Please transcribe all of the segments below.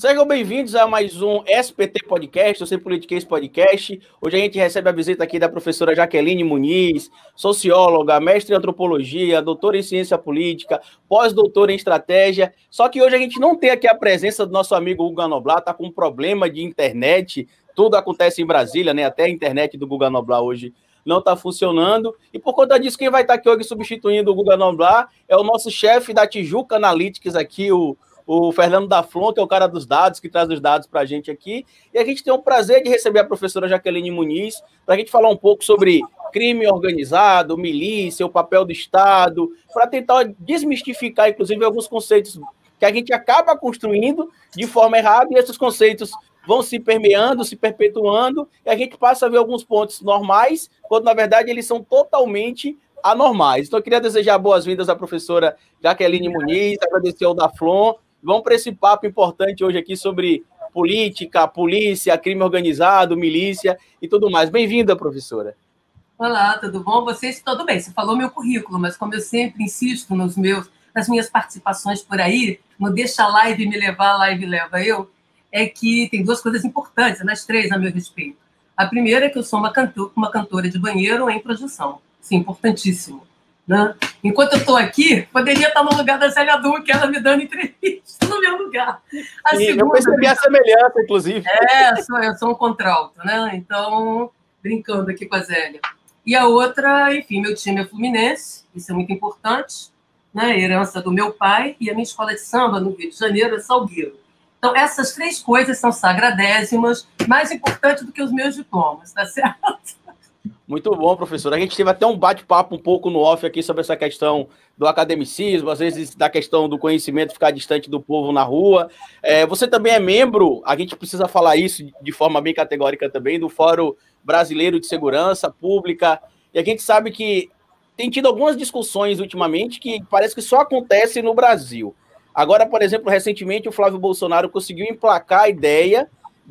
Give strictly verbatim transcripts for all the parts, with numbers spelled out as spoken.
Sejam bem-vindos a mais um S P T Podcast, eu sempre politiquei esse podcast. Hoje a gente recebe a visita aqui da professora Jaqueline Muniz, socióloga, mestre em antropologia, doutora em ciência política, pós-doutora em estratégia. Só que hoje a gente não tem aqui a presença do nosso amigo Guga Noblar, está com um problema de internet, tudo acontece em Brasília, né? Até a internet do Guga Noblar hoje não está funcionando. E por conta disso, quem vai estar aqui hoje substituindo o Guga Noblar é o nosso chefe da Tijuca Analytics aqui, o o Fernando Daflon, que é o cara dos dados, que traz os dados para a gente aqui. E a gente tem o prazer de receber a professora Jaqueline Muniz para a gente falar um pouco sobre crime organizado, milícia, o papel do Estado, para tentar desmistificar, inclusive, alguns conceitos que a gente acaba construindo de forma errada, e esses conceitos vão se permeando, se perpetuando, e a gente passa a ver alguns pontos normais, quando, na verdade, eles são totalmente anormais. Então, eu queria desejar boas-vindas à professora Jaqueline Muniz, agradecer ao Daflon. Vamos para esse papo importante hoje aqui sobre política, polícia, crime organizado, milícia e tudo mais. Bem-vinda, professora. Olá, tudo bom? Vocês, tudo bem, você falou meu currículo, mas como eu sempre insisto nos meus, nas minhas participações por aí, não deixa a live me levar, a live leva eu, é que tem duas coisas importantes, nas três a meu respeito. A primeira é que eu sou uma, cantor, uma cantora de banheiro em produção. Isso é importantíssimo. Né? Enquanto eu estou aqui, poderia estar no lugar da Célia Duque, ela me dando entrevista no meu lugar. A Sim, segunda, eu percebi a semelhança, inclusive. É, sou, eu sou um contralto, né? Então, brincando aqui com a Zélia. E a outra, enfim, meu time é Fluminense, isso é muito importante, né? Herança do meu pai, e a minha escola de samba no Rio de Janeiro é Salgueiro. Então, essas três coisas são sagradésimas, mais importantes do que os meus diplomas, tá certo? Muito bom, professor. A gente teve até um bate-papo um pouco no off aqui sobre essa questão do academicismo, às vezes da questão do conhecimento ficar distante do povo na rua. É, você também é membro, a gente precisa falar isso de forma bem categórica também, do Fórum Brasileiro de Segurança Pública, e a gente sabe que tem tido algumas discussões ultimamente que parece que só acontecem no Brasil. Agora, por exemplo, recentemente o Flávio Bolsonaro conseguiu emplacar a ideia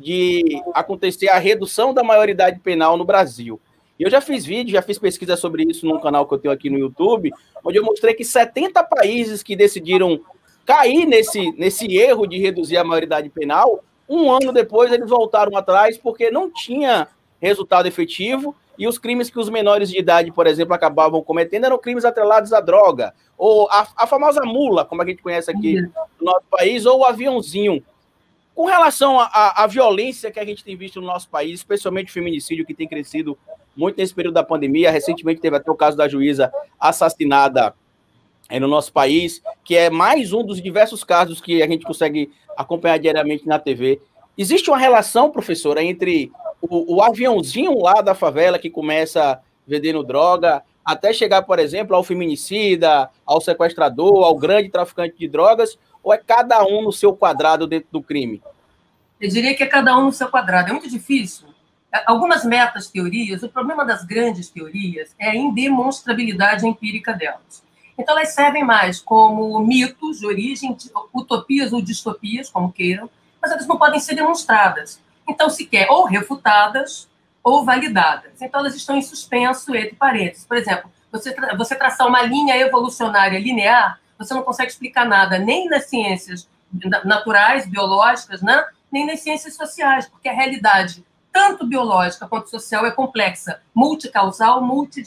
de acontecer a redução da maioridade penal no Brasil. E eu já fiz vídeo, já fiz pesquisa sobre isso num canal que eu tenho aqui no YouTube, onde eu mostrei que setenta países que decidiram cair nesse, nesse erro de reduzir a maioridade penal, um ano depois eles voltaram atrás porque não tinha resultado efetivo e os crimes que os menores de idade, por exemplo, acabavam cometendo eram crimes atrelados à droga, ou a, a famosa mula, como a gente conhece aqui no nosso país, ou o aviãozinho. Com relação à violência que a gente tem visto no nosso país, especialmente o feminicídio, que tem crescido muito nesse período da pandemia, recentemente teve até o caso da juíza assassinada é, no nosso país, que é mais um dos diversos casos que a gente consegue acompanhar diariamente na T V. Existe uma relação, professora, entre o, o aviãozinho lá da favela que começa vendendo droga, até chegar, por exemplo, ao feminicida, ao sequestrador, ao grande traficante de drogas, ou é cada um no seu quadrado dentro do crime? Eu diria que é cada um no seu quadrado. É muito difícil. Algumas metas, teorias, o problema das grandes teorias é a indemonstrabilidade empírica delas. Então, elas servem mais como mitos de origem, utopias ou distopias, como queiram, mas elas não podem ser demonstradas. Então, se quer ou refutadas ou validadas. Então, elas estão em suspenso entre parênteses. Por exemplo, você, tra você traçar uma linha evolucionária linear, você não consegue explicar nada, nem nas ciências naturais, biológicas, né? Nem nas ciências sociais, porque a realidade, tanto biológica quanto social, é complexa, multicausal,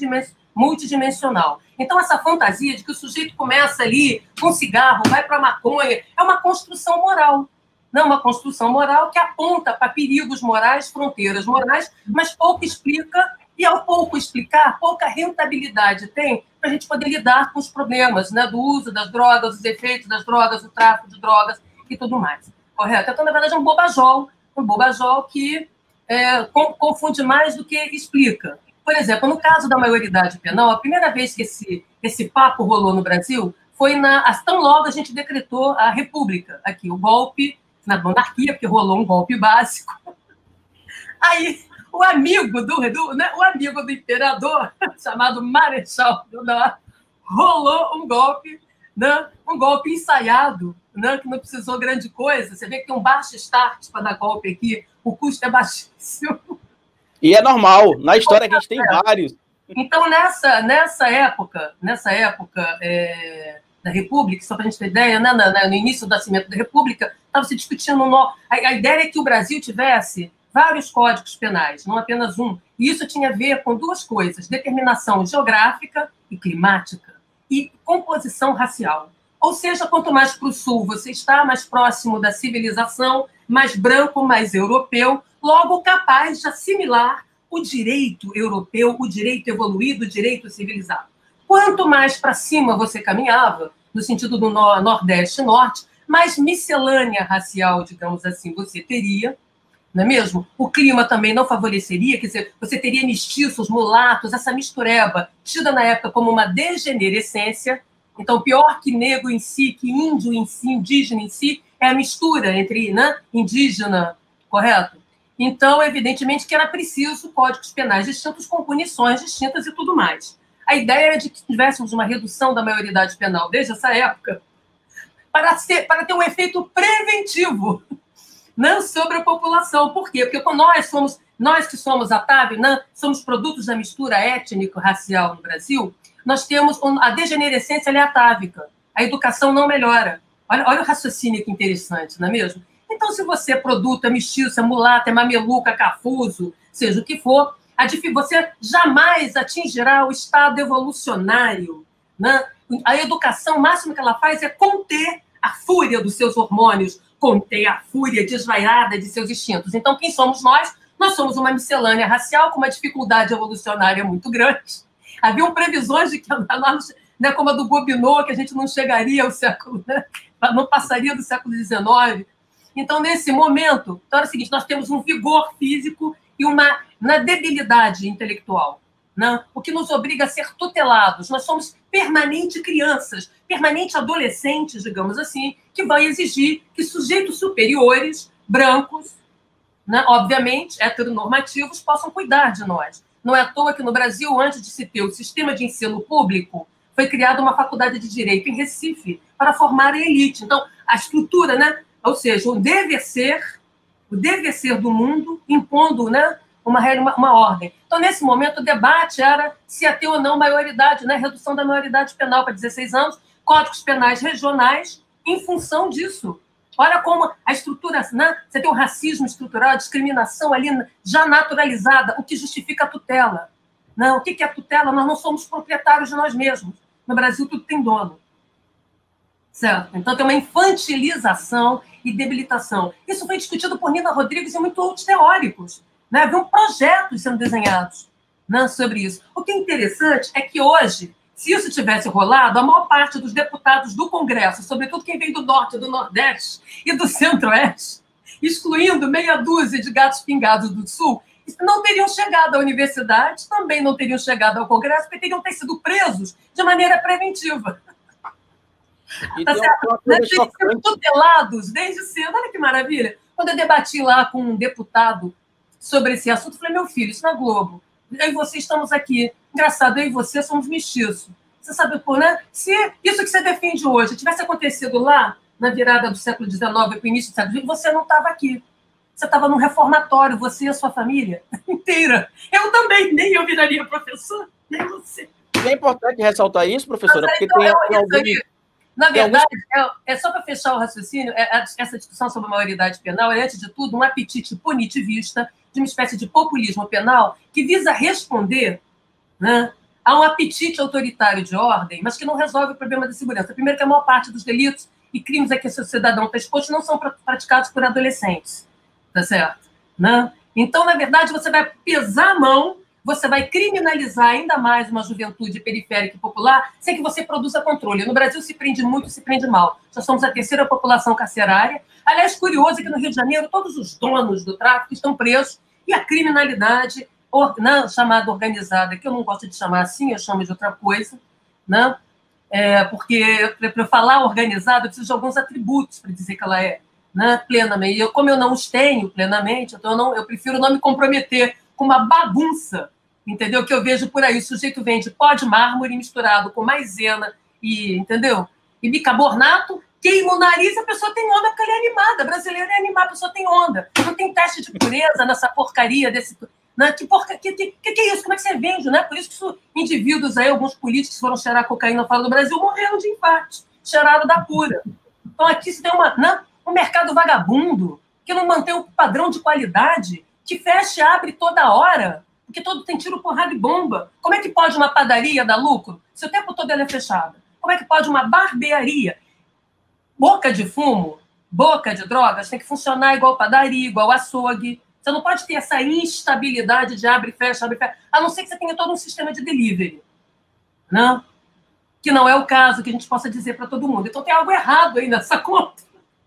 multidimensional. Então, essa fantasia de que o sujeito começa ali com cigarro, vai para a maconha, é uma construção moral. Não, uma construção moral que aponta para perigos morais, fronteiras morais, mas pouco explica, e ao pouco explicar, pouca rentabilidade tem para a gente poder lidar com os problemas, né, do uso das drogas, os efeitos das drogas, o tráfico de drogas e tudo mais. Correto? Então, na verdade, é um bobajol, um bobajol que é, confunde mais do que explica. Por exemplo, no caso da maioridade penal, a primeira vez que esse, esse papo rolou no Brasil foi na, tão logo a gente decretou a república, aqui, o golpe na monarquia, porque rolou um golpe básico. Aí, o amigo do, do, né, o amigo do imperador, chamado Marechal Deodoro, rolou um golpe, né, um golpe ensaiado, né, que não precisou grande coisa. Você vê que tem um baixo start para dar golpe aqui, o custo é baixíssimo. E é normal, na história a gente tem vários. Então, nessa, nessa época, nessa época é, da República, só para a gente ter ideia, né, no início do nascimento da República, estava se discutindo... No... A, a ideia é que o Brasil tivesse vários códigos penais, não apenas um. E isso tinha a ver com duas coisas, determinação geográfica e climática e composição racial. Ou seja, quanto mais para o sul você está, mais próximo da civilização, mais branco, mais europeu, logo capaz de assimilar o direito europeu, o direito evoluído, o direito civilizado. Quanto mais para cima você caminhava, no sentido do nordeste e norte, mais miscelânea racial, digamos assim, você teria, não é mesmo? O clima também não favoreceria, quer dizer, você teria mestiços, mulatos, essa mistureba, tida na época como uma degenerescência. Então, pior que negro em si, que índio em si, indígena em si, é a mistura entre, né, indígena, correto? Então, evidentemente que era preciso códigos penais distintos com punições distintas e tudo mais. A ideia era de que tivéssemos uma redução da maioridade penal desde essa época para, ser, para ter um efeito preventivo, não sobre a população. Por quê? Porque nós, somos, nós que somos a T A B, não, somos produtos da mistura étnico-racial no Brasil, nós temos a degenerescência atávica. A educação não melhora. Olha, olha o raciocínio que interessante, não é mesmo? Então, se você é produto, é mestiço, é mulata, é mameluca, cafuso, seja o que for, você jamais atingirá o estado evolucionário, né? A educação, o máximo que ela faz é conter a fúria dos seus hormônios, conter a fúria desvairada de seus instintos. Então, quem somos nós? Nós somos uma miscelânea racial com uma dificuldade evolucionária muito grande. Haviam previsões de que, né, como a do Gobineau, que a gente não chegaria ao século, né, não passaria do século dezenove. Então, nesse momento, então, é o seguinte, nós temos um vigor físico e uma, uma debilidade intelectual, né, o que nos obriga a ser tutelados. Nós somos permanente crianças, permanente adolescentes, digamos assim, que vai exigir que sujeitos superiores, brancos, né, obviamente, heteronormativos, possam cuidar de nós. Não é à toa que no Brasil, antes de se ter o sistema de ensino público, foi criada uma faculdade de Direito em Recife para formar a elite. Então, a estrutura, né, ou seja, o dever ser, o dever ser do mundo impondo, né, uma, uma, uma ordem. Então, nesse momento, o debate era se ia ter ou não maioridade, né, redução da maioridade penal para dezesseis anos, códigos penais regionais em função disso. Olha como a estrutura, né? Você tem o racismo estrutural, a discriminação ali já naturalizada, o que justifica a tutela. Não, o que é a tutela? Nós não somos proprietários de nós mesmos. No Brasil, tudo tem dono. Certo? Então, tem uma infantilização e debilitação. Isso foi discutido por Nina Rodrigues e muitos outros teóricos. Né? Haviam projetos sendo desenhados, né, sobre isso. O que é interessante é que hoje, se isso tivesse rolado, a maior parte dos deputados do Congresso, sobretudo quem vem do Norte, do Nordeste e do Centro-Oeste, excluindo meia dúzia de gatos pingados do Sul, não teriam chegado à universidade, também não teriam chegado ao Congresso, porque teriam ter sido presos de maneira preventiva. Tá certo? Né? Teriam sido tutelados desde cedo. Olha que maravilha. Quando eu debati lá com um deputado sobre esse assunto, eu falei, meu filho, isso na Globo. Eu e você estamos aqui. Engraçado, eu e você somos mestiços. Você sabe por, né? Se isso que você defende hoje tivesse acontecido lá, na virada do século dezenove para o início do século vinte, você não estava aqui. Você estava num reformatório, você e a sua família inteira. Eu também, nem eu viraria professor, nem você. É importante ressaltar isso, professora, Mas, porque então, tem, é, tem alguns... Na verdade, alguns... é, é só para fechar o raciocínio, é, essa discussão sobre a maioridade penal é, antes de tudo, um apetite punitivista de uma espécie de populismo penal que visa responder, né, a um apetite autoritário de ordem, mas que não resolve o problema da segurança. Primeiro que a maior parte dos delitos e crimes a que o cidadão está exposto não são praticados por adolescentes, tá certo? Né? Então, na verdade, você vai pesar a mão, você vai criminalizar ainda mais uma juventude periférica e popular sem que você produza controle. No Brasil se prende muito, se prende mal. Nós somos a terceira população carcerária. Aliás, curioso é que no Rio de Janeiro todos os donos do tráfico estão presos e a criminalidade Não, chamada organizada, que eu não gosto de chamar assim, eu chamo de outra coisa, né? É, porque para falar organizada, eu preciso de alguns atributos para dizer que ela é, né, plenamente. E eu, como eu não os tenho plenamente, então eu, não, eu prefiro não me comprometer com uma bagunça, entendeu? Que eu vejo por aí. O sujeito vende pó de mármore misturado com maisena, e, entendeu? E bicarbonato, queima o nariz, a pessoa tem onda porque ela é animada. A brasileira é animada, a pessoa tem onda. Não tem teste de pureza nessa porcaria desse... Né? Que, porca, que, que, que é isso? Como é que você vende? Né? Por isso que isso, indivíduos aí, alguns políticos que foram cheirar cocaína fora do Brasil, morreram de infarto. cheirado da cura. Então, aqui se tem uma, né, um mercado vagabundo que não mantém o padrão de qualidade, que fecha e abre toda hora, porque todo tem tiro, porrada e bomba. Como é que pode uma padaria dar lucro se o tempo todo ela é fechada? Como é que pode uma barbearia? Boca de fumo, boca de drogas, tem que funcionar igual padaria, igual açougue. Você não pode ter essa instabilidade de abre e fecha, abre e fecha, a não ser que você tenha todo um sistema de delivery. Não? Que não é o caso que a gente possa dizer para todo mundo. Então tem algo errado aí nessa conta.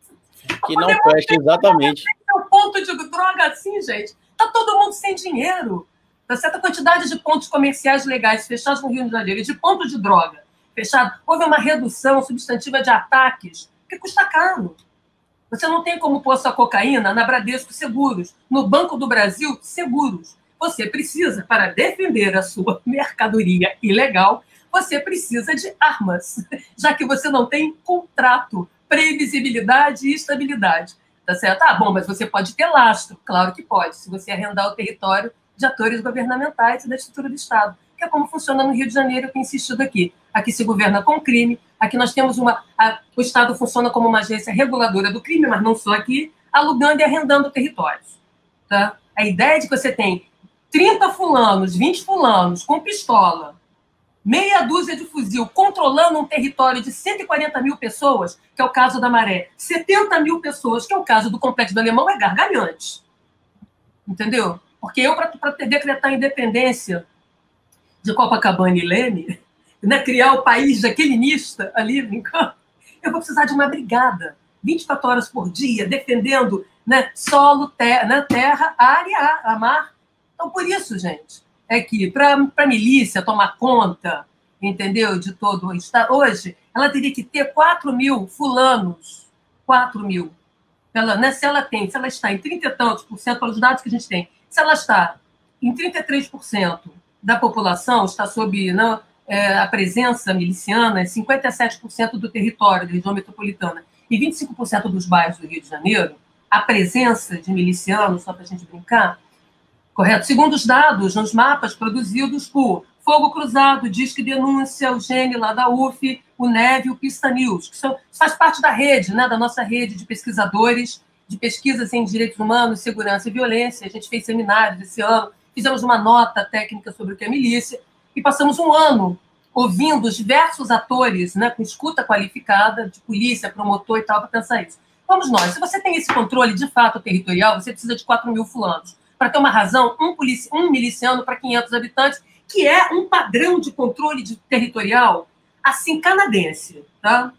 Que não fecha, exatamente. É um ponto de droga assim, gente. Tá todo mundo sem dinheiro. Tá certa quantidade de pontos comerciais legais fechados no Rio de Janeiro e de ponto de droga fechado. Houve uma redução substantiva de ataques, que custa caro. Você não tem como pôr sua cocaína na Bradesco Seguros, no Banco do Brasil Seguros. Você precisa, para defender a sua mercadoria ilegal, você precisa de armas, já que você não tem contrato, previsibilidade e estabilidade. Tá certo? Ah, bom, mas você pode ter lastro. Claro que pode, se você arrendar o território de atores governamentais e da estrutura do Estado, que é como funciona no Rio de Janeiro, eu tenho insistido aqui. Aqui se governa com crime, aqui nós temos uma... A, o Estado funciona como uma agência reguladora do crime, mas não só aqui, alugando e arrendando territórios. Tá? A ideia de que você tem trinta fulanos, vinte fulanos, com pistola, meia dúzia de fuzil, controlando um território de cento e quarenta mil pessoas, que é o caso da Maré, setenta mil pessoas, que é o caso do Complexo do Alemão, é gargalhante. Entendeu? Porque eu, para decretar a independência de Copacabana e Leme, né, criar o país jaquelinista ali, eu vou precisar de uma brigada, vinte e quatro horas por dia, defendendo, né, solo, ter, né, terra, área, a mar. Então, por isso, gente, é que para a milícia tomar conta, entendeu, de todo o Estado, hoje, ela teria que ter quatro mil fulanos, quatro mil. Ela, né, se ela tem, se ela está em trinta e tantos por cento, pelos dados que a gente tem, se ela está em trinta e três por cento da população, está sob, né, é, a presença miliciana, cinquenta e sete por cento do território da região metropolitana e vinte e cinco por cento dos bairros do Rio de Janeiro, a presença de milicianos, só para a gente brincar, correto? Segundo os dados nos mapas produzidos por Fogo Cruzado, Disque Denúncia, o Gene lá da U F, o Neve e o Pista News, que são, faz parte da rede, né, da nossa rede de pesquisadores, de pesquisas em direitos humanos, segurança e violência. A gente fez seminários esse ano, fizemos uma nota técnica sobre o que é milícia e passamos um ano ouvindo os diversos atores, né, com escuta qualificada, de polícia, promotor e tal, para pensar isso. Vamos nós, se você tem esse controle de fato territorial, você precisa de quatro mil fulanos. Para ter uma razão, um, polici um miliciano para quinhentos habitantes, que é um padrão de controle de territorial, assim, canadense, tá?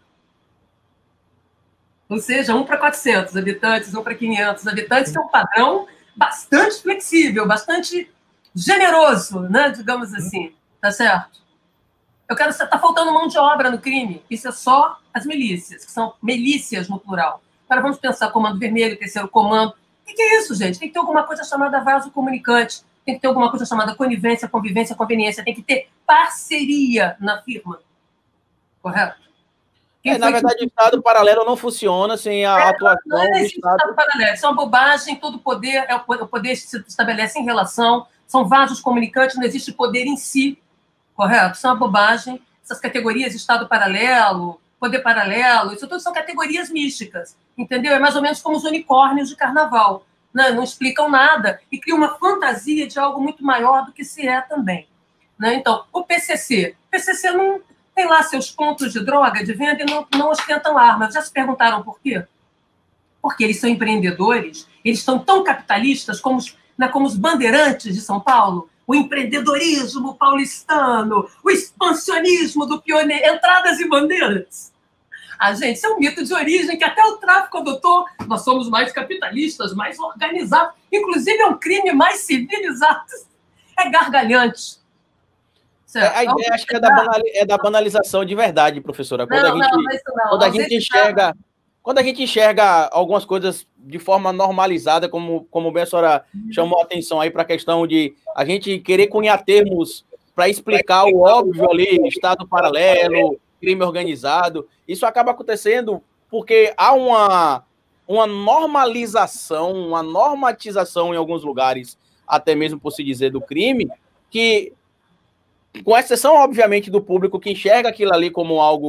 Ou seja, um para quatrocentos habitantes, um para quinhentos habitantes, que é um padrão bastante flexível, bastante generoso, né? Digamos assim, tá certo? Eu quero... Está faltando mão de obra no crime. Isso é só as milícias, que são milícias no plural. Agora vamos pensar comando vermelho, terceiro comando. O que é isso, gente? Tem que ter alguma coisa chamada vaso comunicante, tem que ter alguma coisa chamada conivência, convivência, conveniência, tem que ter parceria na firma. Correto? É, na verdade, que... o Estado paralelo não funciona sem a é, atuação não é do Estado. Estado paralelo. Isso é uma bobagem, todo poder, é o poder se estabelece em relação, são vasos comunicantes, não existe poder em si. Correto? Isso é uma bobagem. Essas categorias, Estado paralelo, poder paralelo, isso tudo são categorias místicas, entendeu? É mais ou menos como os unicórnios de carnaval, né? Não explicam nada e criam uma fantasia de algo muito maior do que se é também, né? Então, o P C C, o P C C não tem lá seus pontos de droga, de venda e não, não ostentam armas. Já se perguntaram por quê? Porque eles são empreendedores, eles estão tão capitalistas como os, né, como os bandeirantes de São Paulo, o empreendedorismo paulistano, o expansionismo do pioneiro, entradas e bandeiras. Ah, gente, isso é um mito de origem que até o tráfico adotou. Nós somos mais capitalistas, mais organizados. Inclusive, é um crime mais civilizado. É gargalhante. Certo? A ideia, acho que é da, banal, é da banalização de verdade, professora. Quando não, a gente, não, não. Quando a gente enxerga... Quando a gente enxerga algumas coisas de forma normalizada, como, como bem a senhora chamou a atenção aí para a questão de a gente querer cunhar termos para explicar o óbvio ali, Estado paralelo, crime organizado, isso acaba acontecendo porque há uma, uma normalização, uma normatização em alguns lugares, até mesmo por se dizer, do crime, que, com exceção, obviamente, do público que enxerga aquilo ali como algo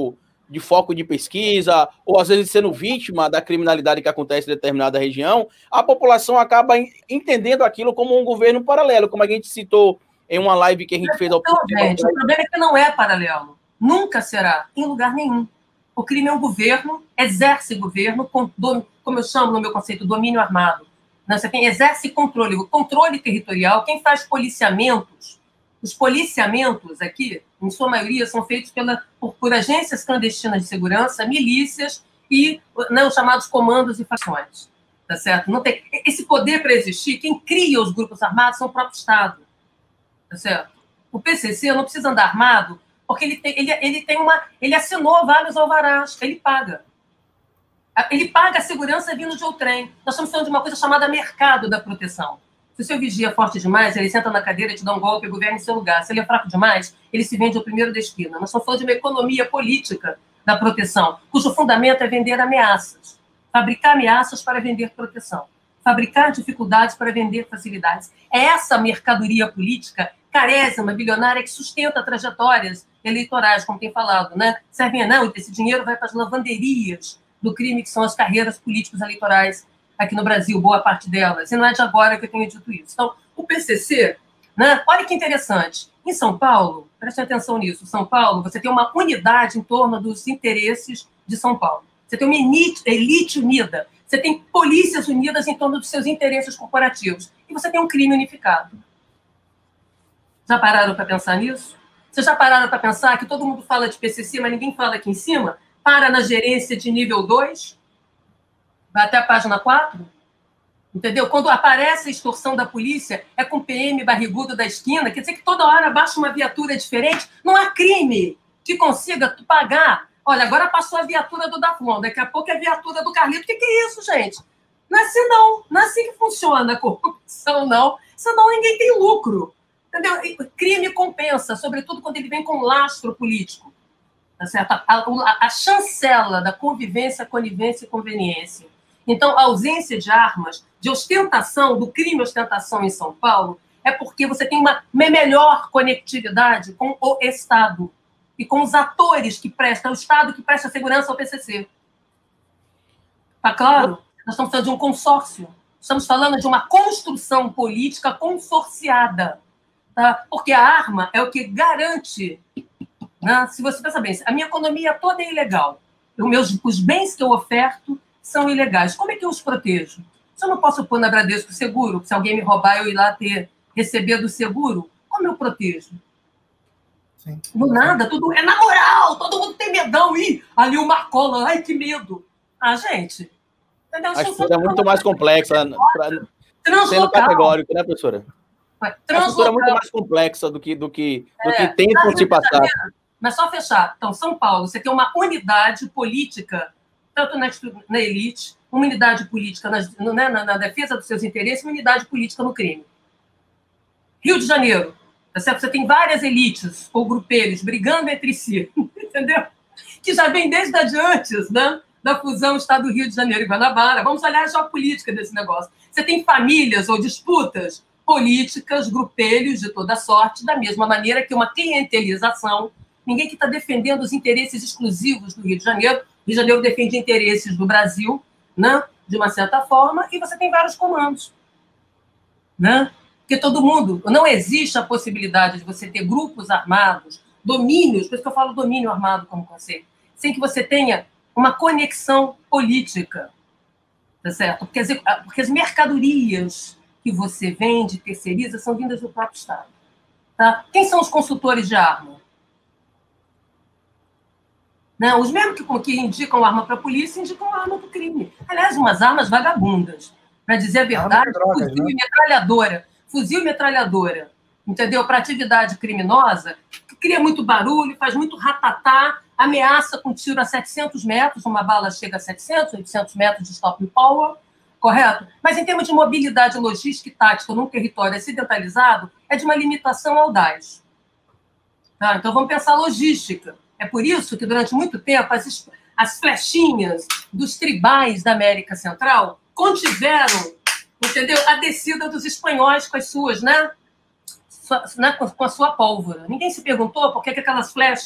de foco de pesquisa, ou às vezes sendo vítima da criminalidade que acontece em determinada região, a população acaba entendendo aquilo como um governo paralelo, como a gente citou em uma live que a gente fez. Ao... Então, gente, o problema é que não é paralelo. Nunca será, em lugar nenhum. O crime é um governo, exerce governo, com, como eu chamo no meu conceito, domínio armado. Você tem exerce controle, o controle territorial. Quem faz policiamentos, os policiamentos aqui, em sua maioria, são feitos pela, por, por agências clandestinas de segurança, milícias e, né, os chamados comandos e facções. Tá certo? Não tem, esse poder para existir, quem cria os grupos armados são o próprio Estado. Tá certo? O P C C não precisa andar armado, porque ele tem, ele, ele tem uma, ele assinou vários alvarás, ele paga. Ele paga a segurança vindo de outrem. Nós estamos falando de uma coisa chamada mercado da proteção. Se o seu vigia é forte demais, ele senta na cadeira e te dá um golpe e governa em seu lugar. Se ele é fraco demais, ele se vende ao primeiro da esquina. Nós estamos falando de uma economia política da proteção, cujo fundamento é vender ameaças. Fabricar ameaças para vender proteção. Fabricar dificuldades para vender facilidades. É essa mercadoria política carésima, bilionária, que sustenta trajetórias eleitorais, como tem falado, né? Servem, não, esse dinheiro vai para as lavanderias do crime, que são as carreiras políticos eleitorais aqui no Brasil, boa parte delas. E não é de agora que eu tenho dito isso. Então, o P C C, né? Olha que interessante. Em São Paulo, preste atenção nisso, São Paulo, você tem uma unidade em torno dos interesses de São Paulo. Você tem uma elite unida. Você tem polícias unidas em torno dos seus interesses corporativos. E você tem um crime unificado. Já pararam para pensar nisso? Vocês já pararam para pensar que todo mundo fala de P C C, mas ninguém fala aqui em cima? Para na gerência de nível dois, vai até a página quatro, entendeu? Quando aparece a extorsão da polícia, é com o P M barrigudo da esquina, quer dizer que toda hora baixa uma viatura diferente, não há crime que consiga pagar. Olha, agora passou a viatura do Daflon, daqui a pouco é a viatura do Carlito. O que, que é isso, gente? Não é assim, não. Não é assim que funciona a corrupção, não. Senão ninguém tem lucro. Entendeu? Crime compensa, sobretudo quando ele vem com lastro político. Tá certo? A, a, a chancela da convivência, conivência e conveniência. Então, a ausência de armas, de ostentação, do crime ostentação em São Paulo, é porque você tem uma melhor conectividade com o Estado e com os atores que prestam, o Estado que presta segurança ao P C C. Tá claro? Nós estamos falando de um consórcio. Estamos falando de uma construção política consorciada. Tá? Porque a arma é o que garante... Né? Se você pensa bem, a minha economia toda é ilegal. Os, meus, os bens que eu oferto são ilegais. Como é que eu os protejo? Se eu não posso pôr na Bradesco seguro, se alguém me roubar, eu ir lá ter, receber do seguro, como eu protejo? Sim. Do nada, tudo é na moral, todo mundo tem medão. Ih, ali o Marcola, ai, que medo. Ah, gente. Entendeu? A estrutura é muito mais complexa, pra, sendo categórico, né, professora? A estrutura é muito mais complexa do que, do que, do é, que tem se passar. Mas só fechar. Então, São Paulo, você tem uma unidade política, tanto na, na elite, uma unidade política na, né, na, na defesa dos seus interesses, uma unidade política no crime. Rio de Janeiro, tá certo? Você tem várias elites ou grupelhos brigando entre si, entendeu? Que já vem desde antes, né, da fusão Estado do Rio de Janeiro e Guanabara. Vamos olhar a geopolítica desse negócio. Você tem famílias ou disputas políticas, grupelhos de toda sorte, da mesma maneira que uma clientelização. Ninguém que está defendendo os interesses exclusivos do Rio de Janeiro. O Rio de Janeiro defende interesses do Brasil, né, de uma certa forma, e você tem vários comandos. Né? Porque todo mundo... Não existe a possibilidade de você ter grupos armados, domínios, por isso que eu falo domínio armado como conceito, sem que você tenha uma conexão política. Tá certo? Porque as, porque as mercadorias que você vende, terceiriza, são vindas do próprio Estado. Tá? Quem são os consultores de arma? Não, os mesmos que, que indicam arma para a polícia, indicam arma para o crime. Aliás, umas armas vagabundas. Para dizer a verdade, drogas, fuzil né? e metralhadora. Fuzil e metralhadora. Entendeu? Para atividade criminosa, que cria muito barulho, faz muito ratatá, ameaça com tiro a setecentos metros, uma bala chega a setecentos, oitocentos metros de stop power, correto? Mas em termos de mobilidade logística e tática num território acidentalizado, é de uma limitação audaz. Tá? Então vamos pensar logística. É por isso que, durante muito tempo, as, as flechinhas dos tribais da América Central contiveram, entendeu, a descida dos espanhóis com as suas, né? Sua, né? Com a sua pólvora. Ninguém se perguntou por que aquelas flechas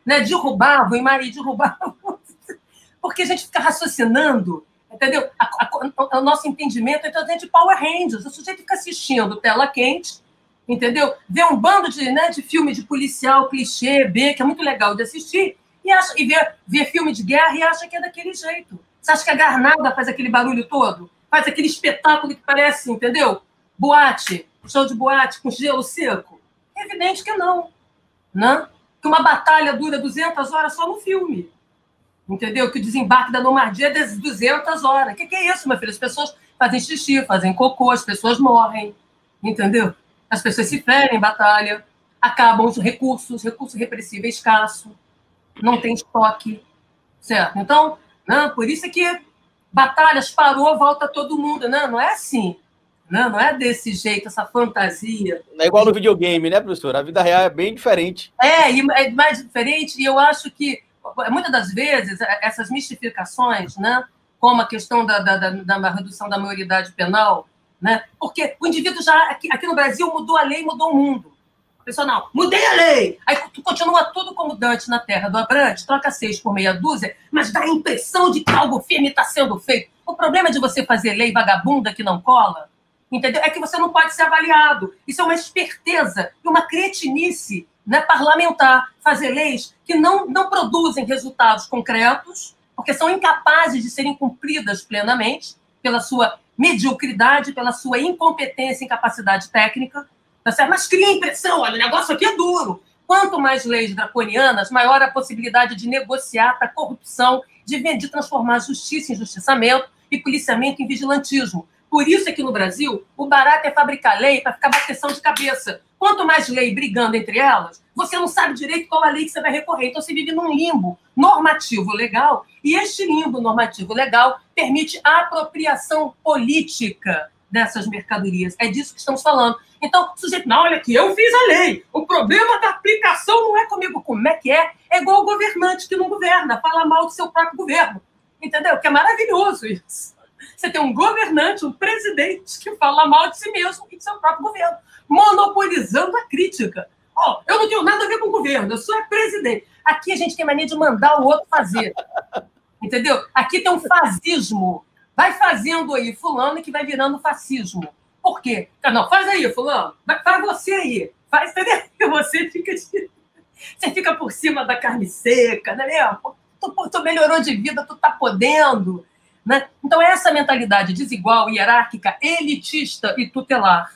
né? Derrubavam, e Maria derrubavam, porque a gente fica raciocinando, entendeu? A, a, o nosso entendimento é então, de Power Rangers. O sujeito fica assistindo tela quente, entendeu? Vê um bando de, né, de filme de policial, clichê, B, que é muito legal de assistir, e, acha, e vê, vê filme de guerra e acha que é daquele jeito. Você acha que a Garnada faz aquele barulho todo? Faz aquele espetáculo que parece, entendeu? Boate, show de boate com gelo seco? É evidente que não, né? Que uma batalha dura duzentas horas só no filme. Entendeu? Que o desembarque da Normandia é de duzentas horas. O que, que é isso, meu filho? As pessoas fazem xixi, fazem cocô, as pessoas morrem. Entendeu? As pessoas se ferem em batalha, acabam os recursos, recurso repressivo é escasso, não tem estoque, certo? Então, né, por isso é que batalhas parou, volta todo mundo. Não, não é assim. Não, não é desse jeito, essa fantasia. Não é igual no videogame, né, professor? A vida real é bem diferente. É, e é mais diferente, e eu acho que, muitas das vezes, essas mistificações, né, como a questão da, da, da, da redução da maioridade penal, né, porque o indivíduo já, aqui, aqui no Brasil, mudou a lei, mudou o mundo. O pessoal, não, mudei a lei. Aí tu continua tudo como Dante na terra do Abrantes, troca seis por meia dúzia, mas dá a impressão de que algo firme está sendo feito. O problema de você fazer lei vagabunda que não cola, entendeu? É que você não pode ser avaliado. Isso é uma esperteza e uma cretinice, né, parlamentar. Fazer leis que não, não produzem resultados concretos, porque são incapazes de serem cumpridas plenamente pela sua mediocridade, pela sua incompetência e incapacidade técnica. Tá certo? Mas cria a impressão, olha, o negócio aqui é duro. Quanto mais leis draconianas, maior a possibilidade de negociar a corrupção, de, de transformar a justiça em justiçamento e policiamento em vigilantismo. Por isso é que no Brasil, o barato é fabricar lei para ficar bateção de cabeça. Quanto mais lei brigando entre elas, você não sabe direito qual a lei que você vai recorrer. Então, você vive num limbo normativo legal, e este limbo normativo legal permite a apropriação política dessas mercadorias. É disso que estamos falando. Então, o sujeito, não, olha aqui, eu fiz a lei. O problema da aplicação não é comigo. Como é que é? É igual o governante que não governa, fala mal do seu próprio governo. Entendeu? Que é maravilhoso isso. Você tem um governante, um presidente que fala mal de si mesmo e do seu próprio governo, monopolizando a crítica. Ó, oh, eu não tenho nada a ver com o governo, eu sou presidente. Aqui a gente tem mania de mandar o outro fazer. Entendeu? Aqui tem um fascismo. Vai fazendo aí, fulano, que vai virando fascismo. Por quê? Não, faz aí, fulano. Faz você aí. Faz, entendeu? Você fica, de... você fica por cima da carne seca, né? Tu, tu melhorou de vida, tu tá podendo. Né? Então, essa mentalidade desigual, hierárquica, elitista e tutelar.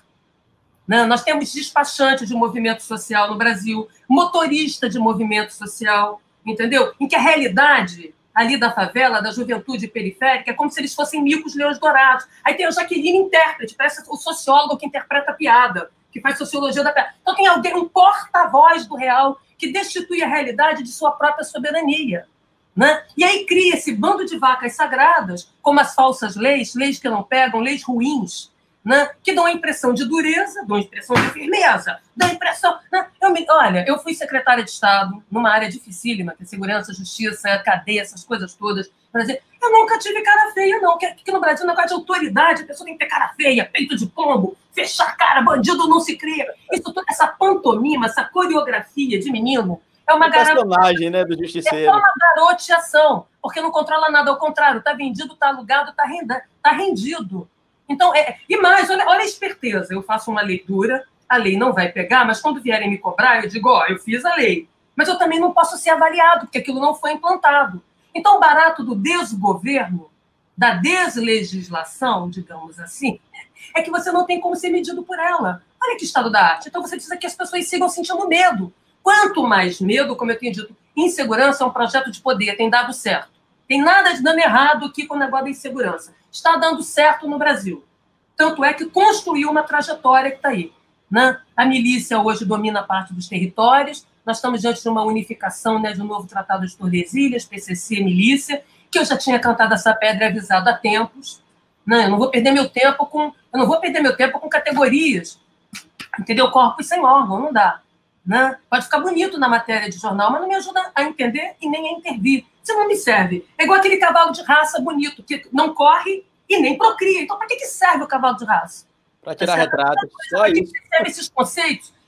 Né? Nós temos despachante de movimento social no Brasil, motorista de movimento social, entendeu? Em que a realidade ali da favela, da juventude periférica, é como se eles fossem micos leões dourados. Aí tem o Jaqueline intérprete, parece o sociólogo que interpreta a piada, que faz sociologia da piada. Então tem alguém, um porta-voz do real, que destitui a realidade de sua própria soberania. Né? E aí cria esse bando de vacas sagradas, como as falsas leis, leis que não pegam, leis ruins, né? Que dão a impressão de dureza, dão a impressão de firmeza, dão a impressão... Né? Eu me, olha, eu fui secretária de Estado numa área dificílima, que é segurança, justiça, cadeia, essas coisas todas. Brasil. Eu nunca tive cara feia, não. Porque aqui no Brasil, na negócio de autoridade, a pessoa tem que ter cara feia, peito de pombo, fechar a cara, bandido não se cria. Isso, essa pantomima, essa coreografia de menino, é uma personagem, né, do justiceiro. É uma garoteação, porque não controla nada, ao contrário, está vendido, está alugado, está renda, tá rendido. Então, é, e mais, olha, olha a esperteza, eu faço uma leitura, a lei não vai pegar, mas quando vierem me cobrar, eu digo, ó, eu fiz a lei, mas eu também não posso ser avaliado, porque aquilo não foi implantado. Então, o barato do desgoverno, da deslegislação, digamos assim, é que você não tem como ser medido por ela. Olha que estado da arte. Então, você precisa que as pessoas sigam sentindo medo. Quanto mais medo, como eu tenho dito, insegurança é um projeto de poder, tem dado certo. Tem nada de dando errado aqui com o negócio da insegurança. Está dando certo no Brasil. Tanto é que construiu uma trajetória que está aí. Né? A milícia hoje domina parte dos territórios, nós estamos diante de uma unificação, né, de um novo Tratado de Tordesilhas, P C C, milícia, que eu já tinha cantado essa pedra e avisado há tempos. Né? Eu não vou perder meu tempo com, eu não vou perder meu tempo com categorias, entendeu? Corpos sem órgão, não dá. Né? Pode ficar bonito na matéria de jornal, mas não me ajuda a entender e nem a intervir. Isso não me serve. É igual aquele cavalo de raça bonito, que não corre e nem procria. Então, para que serve o cavalo de raça? Para tirar retrato. Para que servem esses conceitos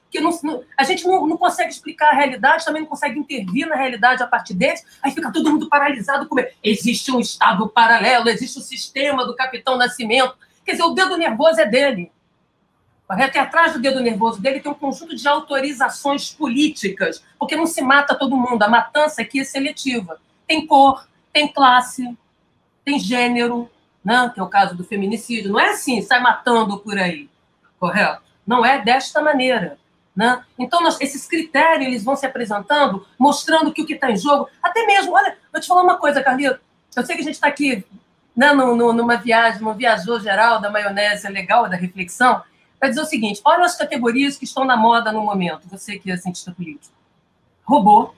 que não, não, a gente não, não consegue explicar a realidade, também não consegue intervir na realidade a partir deles, aí fica todo mundo paralisado. Com... Existe um Estado paralelo, existe o sistema do Capitão Nascimento. Quer dizer, o dedo nervoso é dele. Correto? E atrás do dedo nervoso dele tem um conjunto de autorizações políticas, porque não se mata todo mundo, a matança aqui é seletiva. Tem cor, tem classe, tem gênero, né? Que é o caso do feminicídio. Não é assim, sai matando por aí, correto? Não é desta maneira. Né? Então, nós, esses critérios eles vão se apresentando, mostrando que o que está em jogo, até mesmo, olha, vou te falar uma coisa, Carlito, eu sei que a gente está aqui, né, no, no, numa viagem, num viajou geral da maionese legal, da reflexão, para dizer o seguinte, olha as categorias que estão na moda no momento, você que é cientista político. Robô.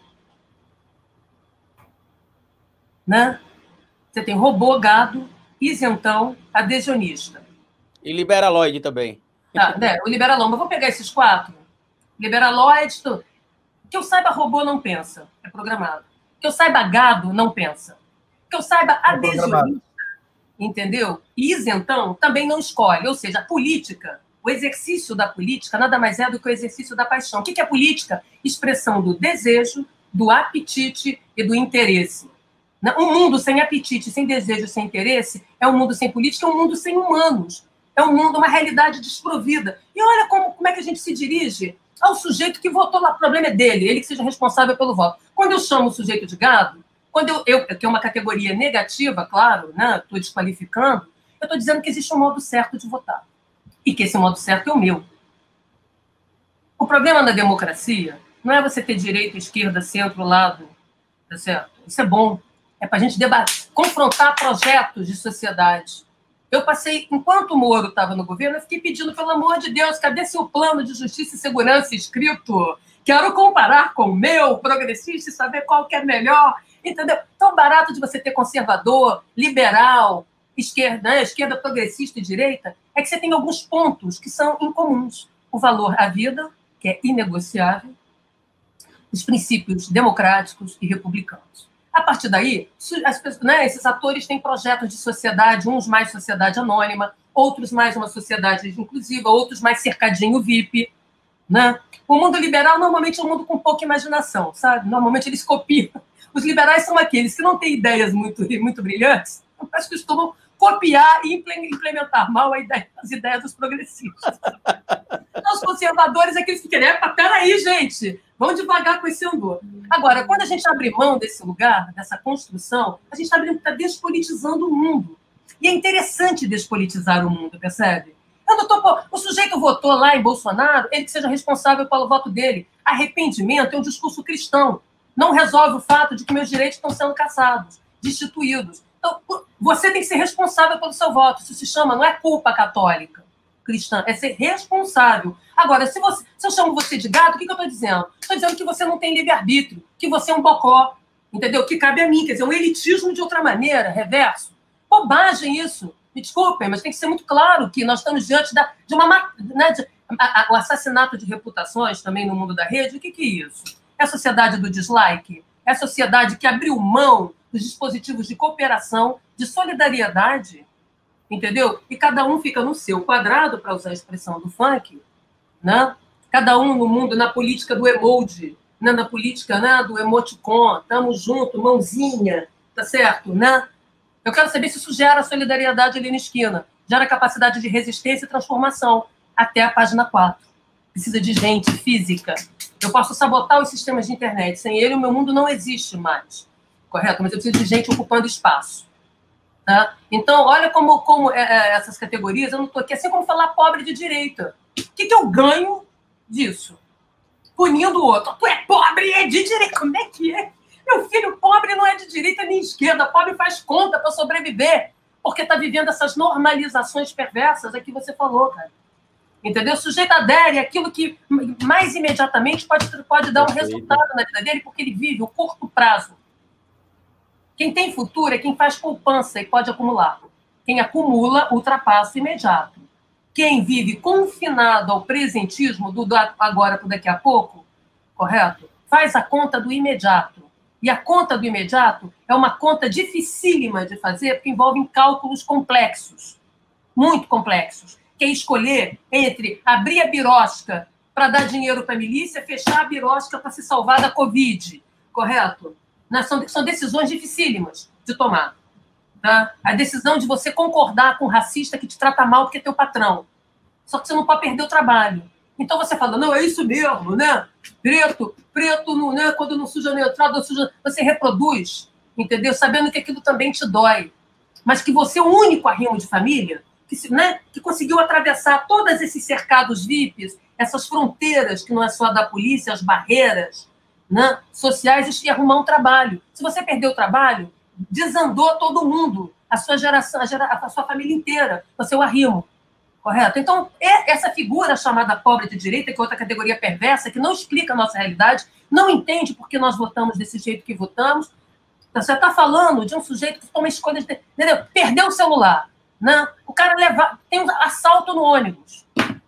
Né? Você tem robô, gado, isentão, adhesionista. E liberaloide também. Tá, né? O liberalão, mas vou pegar esses quatro. Liberaloide, tudo. Que eu saiba, robô não pensa, é programado. Que eu saiba, gado não pensa. Que eu saiba, adhesionista, entendeu? E isentão também não escolhe. Ou seja, a política, o exercício da política nada mais é do que o exercício da paixão. O que é política? Expressão do desejo, do apetite e do interesse. Um mundo sem apetite, sem desejo, sem interesse é um mundo sem política, é um mundo sem humanos. É um mundo, uma realidade desprovida. E olha como, como é que a gente se dirige ao sujeito que votou lá. O problema é dele, ele que seja responsável pelo voto. Quando eu chamo o sujeito de gado, quando eu, eu que é uma categoria negativa, claro, né? Estou desqualificando, eu estou dizendo que existe um modo certo de votar. E que esse modo certo é o meu. O problema da democracia não é você ter direita, esquerda, centro, lado, tá certo? Isso é bom. É para a gente debater, confrontar projetos de sociedade. Eu passei, enquanto o Moro estava no governo, eu fiquei pedindo, pelo amor de Deus, cadê seu plano de justiça e segurança escrito? Quero comparar com o meu, progressista, e saber qual que é melhor. Entendeu? Tão barato de você ter conservador, liberal, esquerda, né? Esquerda progressista e direita, é que você tem alguns pontos que são incomuns. O valor à vida, que é inegociável, os princípios democráticos e republicanos. A partir daí, as, né, esses atores têm projetos de sociedade, uns mais sociedade anônima, outros mais uma sociedade inclusiva, outros mais cercadinho V I P. Né? O mundo liberal normalmente é um mundo com pouca imaginação, sabe? Normalmente eles copiam. Os liberais são aqueles que não têm ideias muito, muito brilhantes, mas costumam copiar e implementar mal a ideia, as ideias dos progressistas. Os conservadores é aqueles que querem, epa, peraí, gente, vamos devagar com esse andor. Agora, quando a gente abre mão desse lugar, dessa construção, a gente está despolitizando o mundo. E é interessante despolitizar o mundo, percebe? Eu não tô, o sujeito votou lá em Bolsonaro, ele que seja responsável pelo voto dele. Arrependimento é um discurso cristão. Não resolve o fato de que meus direitos estão sendo caçados, destituídos. Então, você tem que ser responsável pelo seu voto. Isso se chama, não é culpa católica cristã, é ser responsável. Agora, se, você, se eu chamo você de gado, o que, que eu estou dizendo? Estou dizendo que você não tem livre-arbítrio, que você é um bocó, entendeu? Que cabe a mim, quer dizer, um elitismo de outra maneira, reverso. Bobagem isso. Me desculpem, mas tem que ser muito claro que nós estamos diante da, de uma... Né, de, a, a, o assassinato de reputações também no mundo da rede, o que, que é isso? É a sociedade do dislike? É a sociedade que abriu mão dos dispositivos de cooperação, de solidariedade, entendeu? E cada um fica no seu quadrado, para usar a expressão do funk, né? Cada um no mundo, na política do emoji, né? Na política, né? Do emoticon, estamos juntos, mãozinha, tá certo? Né? Eu quero saber se isso gera solidariedade ali na esquina, gera capacidade de resistência e transformação, até a página quatro. Precisa de gente física. Eu posso sabotar os sistemas de internet, sem ele o meu mundo não existe mais, correto? Mas eu preciso de gente ocupando espaço. Tá? Então, olha como, como é, é, essas categorias, eu não estou aqui, assim como falar pobre de direita. O que, que eu ganho disso? Punindo o outro. Tu é pobre e é de direita. Como é que é? Meu filho, pobre não é de direita nem esquerda. Pobre faz conta para sobreviver, porque está vivendo essas normalizações perversas a que você falou, cara. Entendeu? O sujeito adere àquilo que mais imediatamente pode, pode dar um resultado na vida dele, porque ele vive o curto prazo. Quem tem futuro é quem faz poupança e pode acumular. Quem acumula, ultrapassa o imediato. Quem vive confinado ao presentismo do agora para daqui a pouco, correto? Faz a conta do imediato. E a conta do imediato é uma conta dificílima de fazer, porque envolve cálculos complexos, muito complexos. Que é escolher entre abrir a birosca para dar dinheiro para a milícia, fechar a birosca para se salvar da Covid, correto? Né? São, são decisões dificílimas de tomar. Tá? A decisão de você concordar com um racista que te trata mal porque é teu patrão. Só que você não pode perder o trabalho. Então você fala, não, é isso mesmo, né? Preto, preto, não, né? Quando não suja neutrado, não suja... Você reproduz, entendeu? Sabendo que aquilo também te dói. Mas que você é o único arrimo de família que, né? que conseguiu atravessar todos esses cercados V I Ps, essas fronteiras que não é só da polícia, as barreiras, né? sociais, e arrumar um trabalho. Se você perder o trabalho, desandou todo mundo, a sua geração, a, gera, a sua família inteira, você é o arrimo. Correto? Então, essa figura chamada pobre de direita, que é outra categoria perversa, que não explica a nossa realidade, não entende por que nós votamos desse jeito que votamos. Você está falando de um sujeito que toma escolhas... De, entendeu? Perdeu o celular. Né? O cara leva, tem um assalto no ônibus.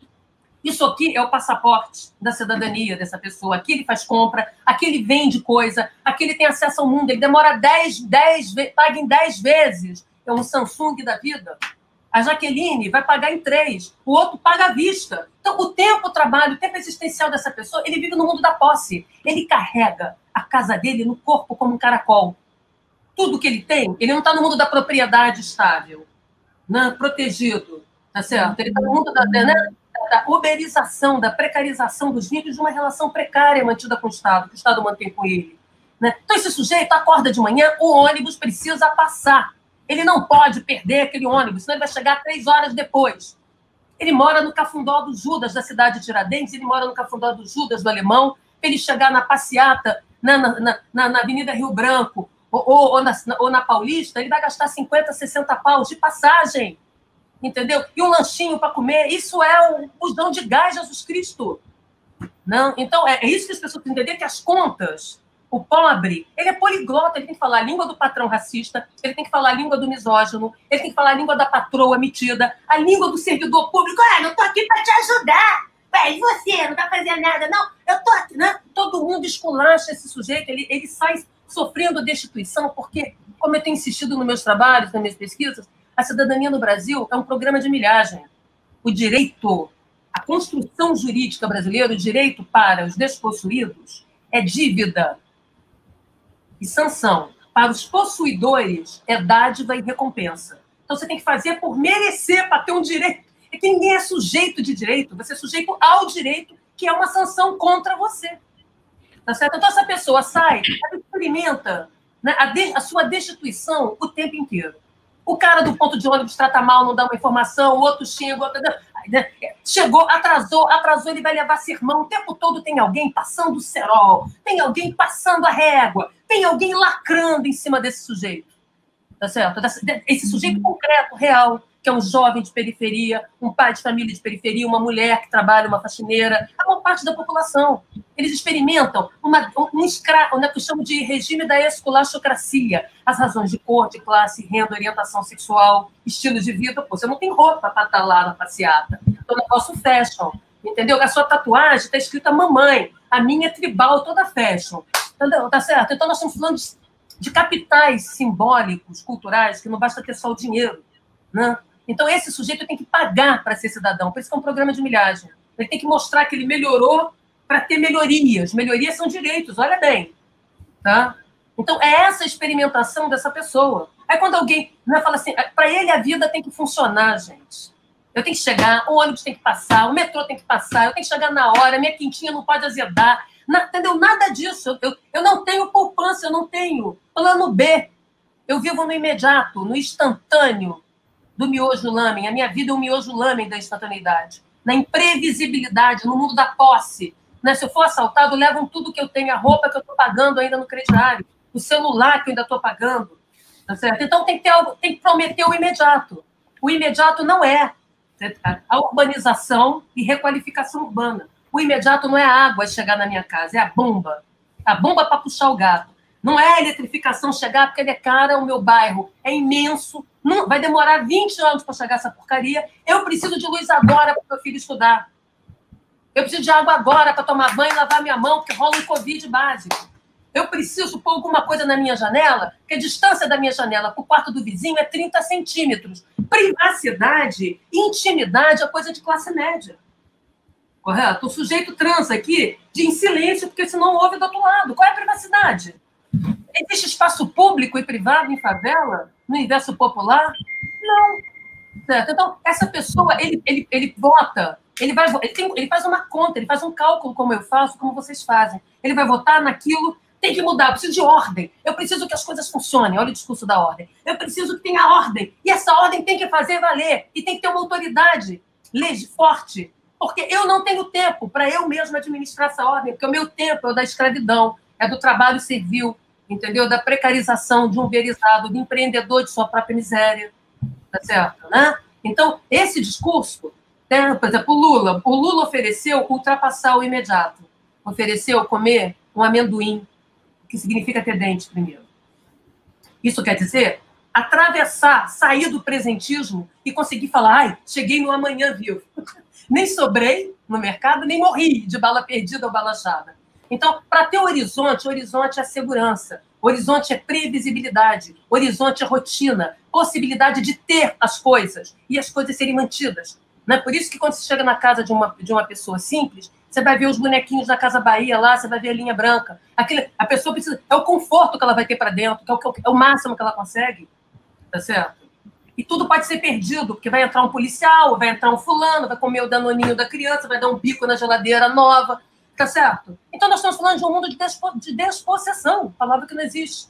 Isso aqui é o passaporte da cidadania dessa pessoa. Aqui ele faz compra, aqui ele vende coisa, aqui ele tem acesso ao mundo, ele demora dez, dez, paga em dez vezes. É um Samsung da vida. A Jaqueline vai pagar em três, o outro paga à vista. Então, o tempo, o trabalho, o tempo existencial dessa pessoa, ele vive no mundo da posse. Ele carrega a casa dele no corpo como um caracol. Tudo que ele tem, ele não está no mundo da propriedade estável, né? Protegido, tá certo? Ele está no mundo da, né? da uberização, da precarização dos vínculos de uma relação precária mantida com o Estado, que o Estado mantém com ele. Né? Então, esse sujeito acorda de manhã, o ônibus precisa passar. Ele não pode perder aquele ônibus, senão ele vai chegar três horas depois. Ele mora no Cafundó do Judas, da cidade de Tiradentes, ele mora no Cafundó do Judas, do Alemão, para ele chegar na passeata, na, na, na, na Avenida Rio Branco, ou, ou, ou, na, ou na Paulista, ele vai gastar cinquenta, sessenta paus de passagem, entendeu? E um lanchinho para comer, isso é o busão de gás, Jesus Cristo. Não? Então, é, é isso que as pessoas têm que entender, que as contas... O pobre, ele é poliglota, ele tem que falar a língua do patrão racista, ele tem que falar a língua do misógino, ele tem que falar a língua da patroa metida, a língua do servidor público. Ah, não tô aqui para te ajudar. Pai, você não tá fazendo nada, não. Eu tô aqui, né? Todo mundo esculacha esse sujeito, ele, ele sai sofrendo destituição, porque, como eu tenho insistido nos meus trabalhos, nas minhas pesquisas, a cidadania no Brasil é um programa de milhagem. O direito, a construção jurídica brasileira, o direito para os despossuídos, é dívida e sanção. Para os possuidores, é dádiva e recompensa. Então, você tem que fazer por merecer, para ter um direito. É que ninguém é sujeito de direito, você é sujeito ao direito, que é uma sanção contra você. Tá certo? Então, essa pessoa sai, ela experimenta, né, a, de, a sua destituição o tempo inteiro. O cara do ponto de ônibus trata mal, não dá uma informação, o outro chega, o outro... Chegou, atrasou, atrasou, ele vai levar sermão. O tempo todo tem alguém passando o cerol, tem alguém passando a régua, tem alguém lacrando em cima desse sujeito. Tá certo? Esse sujeito concreto, real, que é um jovem de periferia, um pai de família de periferia, uma mulher que trabalha, uma faxineira, a maior parte da população. Eles experimentam uma, um escravo, né, que eu chamo de regime da esculachocracia. As razões de cor, de classe, renda, orientação sexual, estilo de vida. Pô, você não tem roupa para estar lá na passeata. Então, negócio fashion, entendeu? A sua tatuagem está escrita mamãe, a minha é tribal, toda fashion. Entendeu? Tá certo? Então, nós estamos falando de, de capitais simbólicos, culturais, que não basta ter só o dinheiro, né? Então, esse sujeito tem que pagar para ser cidadão. Por isso que é um programa de milhagem. Ele tem que mostrar que ele melhorou para ter melhorias. Melhorias são direitos, olha bem. Tá? Então, é essa experimentação dessa pessoa. Aí, quando alguém, né, fala assim, para ele a vida tem que funcionar, gente. Eu tenho que chegar, o ônibus tem que passar, o metrô tem que passar, eu tenho que chegar na hora, minha quentinha não pode azedar. Na, entendeu? Nada disso. Eu, eu não tenho poupança, eu não tenho plano B. Eu vivo no imediato, no instantâneo do miojo lamen. A minha vida é um miojo lamen da instantaneidade. Na imprevisibilidade, no mundo da posse. Né? Se eu for assaltado, levam tudo que eu tenho, a roupa que eu estou pagando ainda no crediário, o celular que eu ainda estou pagando. Tá certo? Então tem que, ter algo, tem que prometer o imediato. O imediato não é a urbanização e requalificação urbana. O imediato não é a água chegar na minha casa, é a bomba. A bomba para puxar o gato. Não é a eletrificação chegar porque ele é cara, o meu bairro é imenso, não, vai demorar vinte anos para chegar essa porcaria. Eu preciso de luz agora para o meu filho estudar. Eu preciso de água agora para tomar banho e lavar minha mão, porque rola um Covid básico. Eu preciso pôr alguma coisa na minha janela, porque a distância da minha janela para o quarto do vizinho é trinta centímetros. Privacidade, intimidade é coisa de classe média. correto? O sujeito transa aqui de em silêncio, porque senão ouve do outro lado. Qual é a privacidade? Existe espaço público e privado em favela, no universo popular? Não. Certo? Então, essa pessoa, ele, ele, ele vota, ele, vai, ele, tem, ele faz uma conta, ele faz um cálculo, como eu faço, como vocês fazem. Ele vai votar naquilo, tem que mudar, eu preciso de ordem, eu preciso que as coisas funcionem, olha o discurso da ordem. Eu preciso que tenha ordem, e essa ordem tem que fazer valer, e tem que ter uma autoridade forte, porque eu não tenho tempo para eu mesmo administrar essa ordem, porque o meu tempo é o da escravidão, é do trabalho servil, entendeu? Da precarização de um verizado, do empreendedor de sua própria miséria. Tá certo, né? Então, esse discurso, né, por exemplo, o Lula, o Lula ofereceu ultrapassar o imediato, ofereceu comer um amendoim, que significa ter dente primeiro. Isso quer dizer atravessar, sair do presentismo e conseguir falar, ai, cheguei no amanhã vivo. Nem sobrei no mercado, nem morri de bala perdida ou bala achada. Então, para ter horizonte, horizonte é segurança, horizonte é previsibilidade, horizonte é rotina, possibilidade de ter as coisas e as coisas serem mantidas. Não é por isso que quando você chega na casa de uma, de uma pessoa simples, você vai ver os bonequinhos da Casa Bahia lá, você vai ver a linha branca. Aquilo, a pessoa precisa... É o conforto que ela vai ter para dentro, que é o, é o máximo que ela consegue. Tá certo? E tudo pode ser perdido, porque vai entrar um policial, vai entrar um fulano, vai comer o danoninho da criança, vai dar um bico na geladeira nova. Tá certo? Então, nós estamos falando de um mundo de, despo, de despossessão, palavra que não existe.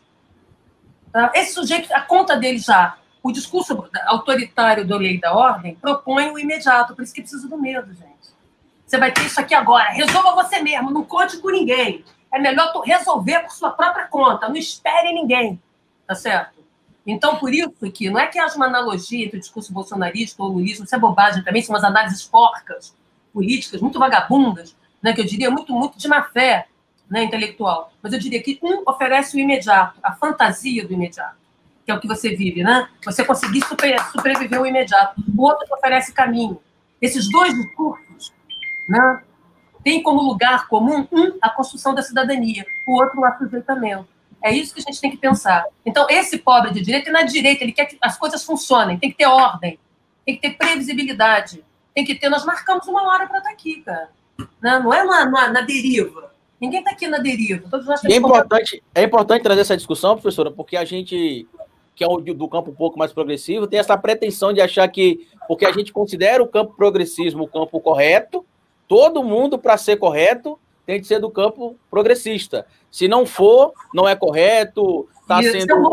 Tá? Esse sujeito, a conta dele já, o discurso autoritário da lei e da ordem propõe o imediato, por isso que precisa do medo, gente. Você vai ter isso aqui agora, resolva você mesmo, não conte com ninguém. É melhor tu resolver por sua própria conta, não espere ninguém. Tá certo? Então, por isso que não é que haja uma analogia entre o discurso bolsonarista ou lulismo, isso é bobagem também, são umas análises porcas, políticas, muito vagabundas, né, que eu diria muito, muito de má fé, né, intelectual. Mas eu diria que um oferece o imediato, a fantasia do imediato, que é o que você vive, né? Você conseguir super, sobreviver ao imediato. O outro que oferece caminho. Esses dois discursos, né, têm como lugar comum, um, a construção da cidadania, o outro, o aproveitamento. É isso que a gente tem que pensar. Então, esse pobre de direita, na direita, ele quer que as coisas funcionem, tem que ter ordem, tem que ter previsibilidade, tem que ter... Nós marcamos uma hora para estar aqui, cara. Não, não é na, na, na deriva. Ninguém está aqui na deriva. Todos nós temos é, importante, é importante trazer essa discussão, professora, porque a gente, que é do campo um pouco mais progressivo, tem essa pretensão de achar que, porque a gente considera o campo progressismo o campo correto, todo mundo, para ser correto, tem que ser do campo progressista. Se não for, não é correto, está sendo,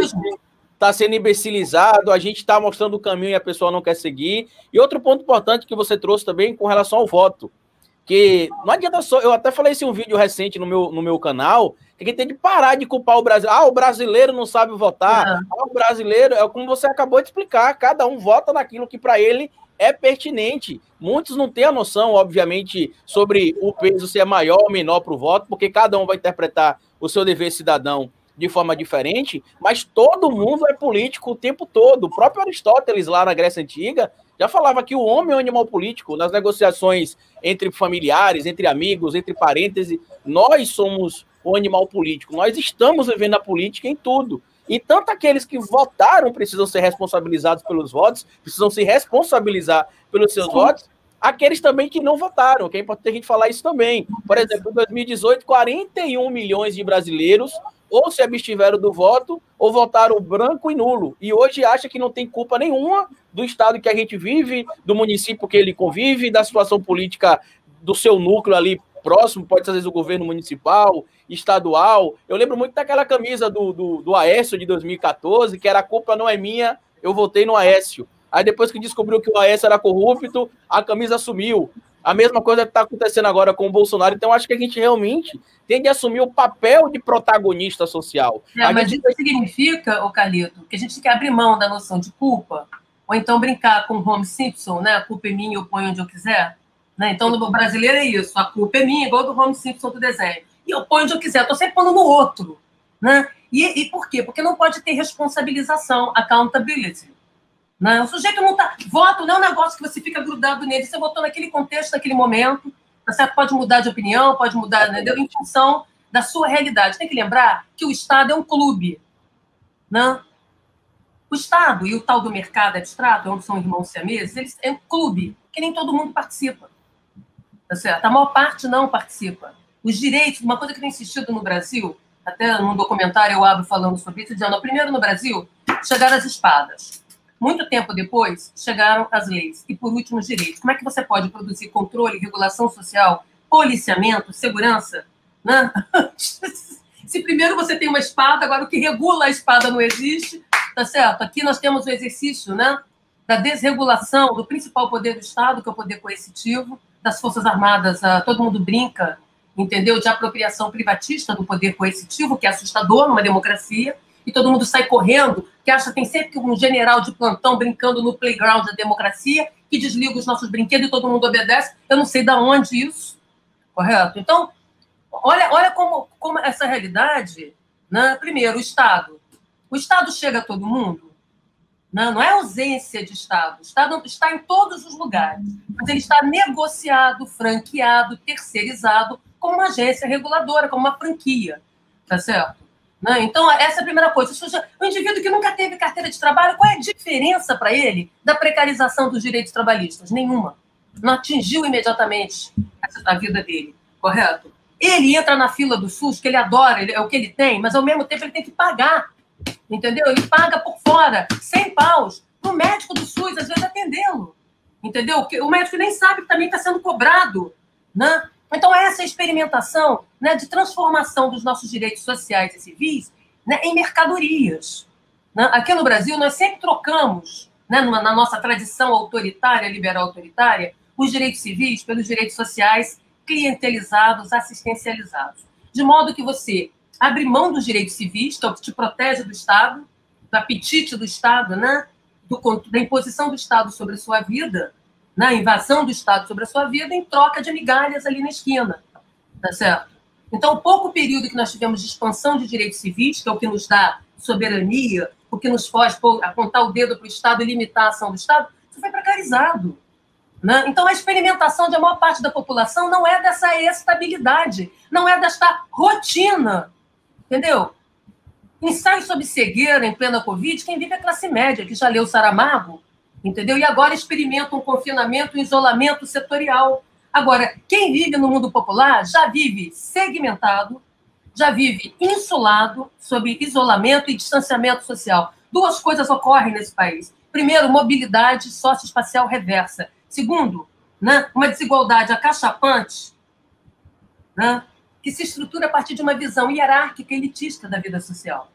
tá sendo imbecilizado, a gente está mostrando o caminho e a pessoa não quer seguir. E outro ponto importante que você trouxe também com relação ao voto, que não adianta só, eu até falei isso em um vídeo recente no meu, no meu canal, que a gente tem que parar de culpar o Brasil. Ah, o brasileiro não sabe votar. Não. Ah, o brasileiro, é como você acabou de explicar, cada um vota naquilo que para ele é pertinente. Muitos não têm a noção, obviamente, sobre o peso ser maior ou menor para o voto, porque cada um vai interpretar o seu dever cidadão de forma diferente, mas todo mundo é político o tempo todo. O próprio Aristóteles, lá na Grécia Antiga, já falava que o homem é um animal político. Nas negociações entre familiares, entre amigos, entre parentes, nós somos o animal político. Nós estamos vivendo a política em tudo. E tanto aqueles que votaram precisam ser responsabilizados pelos votos, precisam se responsabilizar pelos seus Sim. votos, aqueles também que não votaram, que é importante a gente falar isso também. Por exemplo, em dois mil e dezoito, quarenta e um milhões de brasileiros ou se abstiveram do voto, ou votaram branco e nulo. E hoje acha que não tem culpa nenhuma do estado que a gente vive, do município que ele convive, da situação política do seu núcleo ali próximo, pode ser às vezes o governo municipal, estadual. Eu lembro muito daquela camisa do, do, do Aécio de dois mil e quatorze, que era a culpa não é minha, eu votei no Aécio. Aí depois que descobriu que o Aécio era corrupto, a camisa sumiu. A mesma coisa que está acontecendo agora com o Bolsonaro. Então, acho que a gente realmente tem de assumir o papel de protagonista social. É, mas gente... isso significa, ô Carlito, que a gente tem que abrir mão da noção de culpa, ou então brincar com o Homer Simpson, né? A culpa é minha, eu ponho onde eu quiser. Né? Então, no brasileiro é isso. A culpa é minha, igual do Homer Simpson do desenho. E eu ponho onde eu quiser. Estou sempre pondo no outro. Né? E, e por quê? Porque não pode ter responsabilização, accountability. Né? O sujeito não está... Voto não é um negócio que você fica grudado nele. Você votou naquele contexto, naquele momento. Tá certo? Pode mudar de opinião, pode mudar, né? Em função da sua realidade. Tem que lembrar que o Estado é um clube. Né? O Estado e o tal do mercado abstrato, onde são irmãos siameses, eles é um clube, que nem todo mundo participa. tá certo? A maior parte não participa. Os direitos, uma coisa que tem insistido no Brasil, até num documentário eu abro falando sobre isso, dizendo, primeiro no Brasil, chegaram as espadas. Muito tempo depois, chegaram as leis. E, por último, os direitos. Como é que você pode produzir controle, regulação social, policiamento, segurança, né? Se primeiro você tem uma espada, agora o que regula a espada não existe, tá certo? Aqui nós temos o exercício, né, da desregulação do principal poder do Estado, que é o poder coercitivo, das Forças Armadas, todo mundo brinca, entendeu? De apropriação privatista do poder coercitivo, que é assustador numa democracia, e todo mundo sai correndo, que acha que tem sempre um general de plantão brincando no playground da democracia, que desliga os nossos brinquedos e todo mundo obedece. Eu não sei de onde isso, correto? Então, olha, olha como, como essa realidade, né? Primeiro, o Estado. O Estado chega a todo mundo? Não, não é ausência de Estado. O Estado está em todos os lugares, mas ele está negociado, franqueado, terceirizado como uma agência reguladora, como uma franquia, tá certo? Né? Então, essa é a primeira coisa. O indivíduo que nunca teve carteira de trabalho, qual é a diferença para ele da precarização dos direitos trabalhistas? Nenhuma. Não atingiu imediatamente a vida dele, correto? Ele entra na fila do SUS, que ele adora, ele, é o que ele tem, mas ao mesmo tempo ele tem que pagar, entendeu? Ele paga por fora, cem paus, para o médico do SUS, às vezes, atendê-lo, entendeu? O médico nem sabe que também está sendo cobrado, né? Então, essa experimentação, né, de transformação dos nossos direitos sociais e civis, né, em mercadorias. Né? Aqui no Brasil, nós sempre trocamos, né, numa, na nossa tradição autoritária, liberal autoritária, os direitos civis pelos direitos sociais clientelizados, assistencializados. De modo que você abre mão dos direitos civis, que é o que te protege do Estado, do apetite do Estado, né, do, da imposição do Estado sobre a sua vida, na invasão do Estado sobre a sua vida, em troca de migalhas ali na esquina, tá certo? Então, o pouco período que nós tivemos de expansão de direitos civis, que é o que nos dá soberania, o que nos faz apontar o dedo para o Estado e limitar a ação do Estado, isso foi precarizado, né? Então, a experimentação de a maior parte da população não é dessa estabilidade, não é desta rotina, entendeu? Ensaio sobre cegueira em plena Covid, quem vive é a classe média, que já leu Saramago, entendeu? E agora experimenta um confinamento, um isolamento setorial. Agora, quem vive no mundo popular já vive segmentado, já vive insulado, sob isolamento e distanciamento social. Duas coisas ocorrem nesse país. Primeiro, mobilidade socioespacial reversa. Segundo, né, uma desigualdade acachapante, né, que se estrutura a partir de uma visão hierárquica e elitista da vida social.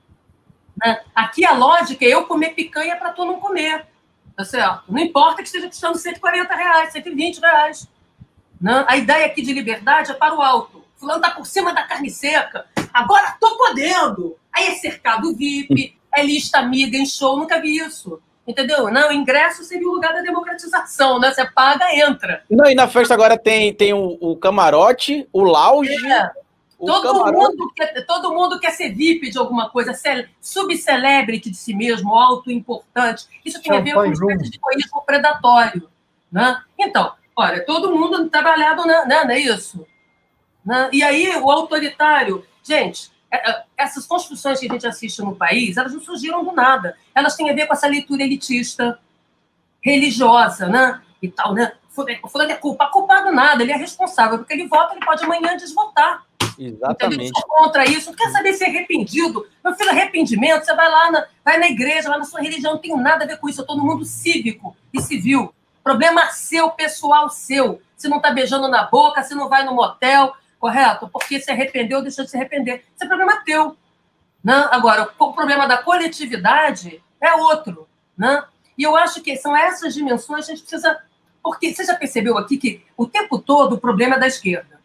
Né? Aqui a lógica é eu comer picanha para tu não comer. Tá certo? Não importa que esteja custando cento e quarenta reais, cento e vinte reais. Não? A ideia aqui de liberdade é para o alto. Fulano está por cima da carne seca. Agora estou podendo. Aí é cercado V I P, é lista amiga em show, nunca vi isso. Entendeu? Não, o ingresso seria o lugar da democratização, né? Você paga, entra. Não, e na festa agora tem, tem o, o camarote, o lounge... É. Todo mundo, quer, todo mundo quer ser V I P de alguma coisa, subcelebrity de si mesmo, auto-importante. Isso tem a ver com uma espécie de egoísmo predatório. Né? Então, olha, todo mundo trabalhado, né, não é isso? Né? E aí, o autoritário... Gente, essas construções que a gente assiste no país, elas não surgiram do nada. Elas têm a ver com essa leitura elitista, religiosa, né? E tal, né? O fulano é culpa, culpado nada, ele é responsável, porque ele vota, ele pode amanhã desvotar. Exatamente. Entendeu? Contra isso, não quer saber se é arrependido. Meu filho, arrependimento, você vai lá na, vai na igreja, lá na sua religião, não tem nada a ver com isso, é todo mundo cívico e civil. Problema seu, pessoal seu. Se não está beijando na boca, se não vai no motel, correto? Porque se arrependeu, deixou de se arrepender. Isso é problema teu. Né? Agora, o problema da coletividade é outro. Né? E eu acho que são essas dimensões que a gente precisa... Porque você já percebeu aqui que o tempo todo o problema é da esquerda.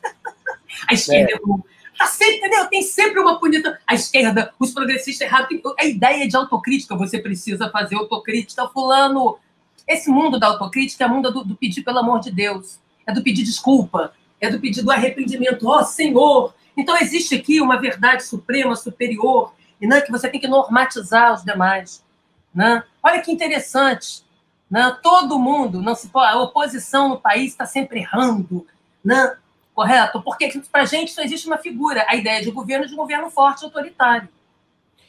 A esquerda, é. Tá sempre, entendeu? Tem sempre uma punição. A esquerda, os progressistas errados. A ideia de autocrítica, você precisa fazer autocrítica, fulano. Esse mundo da autocrítica é o mundo do, do pedir pelo amor de Deus. É do pedir desculpa. É do pedir do arrependimento. Ó, oh, Senhor! Então, existe aqui uma verdade suprema, superior, e não é que você tem que normatizar os demais. Né? Olha que interessante. Né? Todo mundo, não se pode, a oposição no país está sempre errando. Né? Correto? Porque para a gente só existe uma figura, a ideia de governo de um governo forte, autoritário.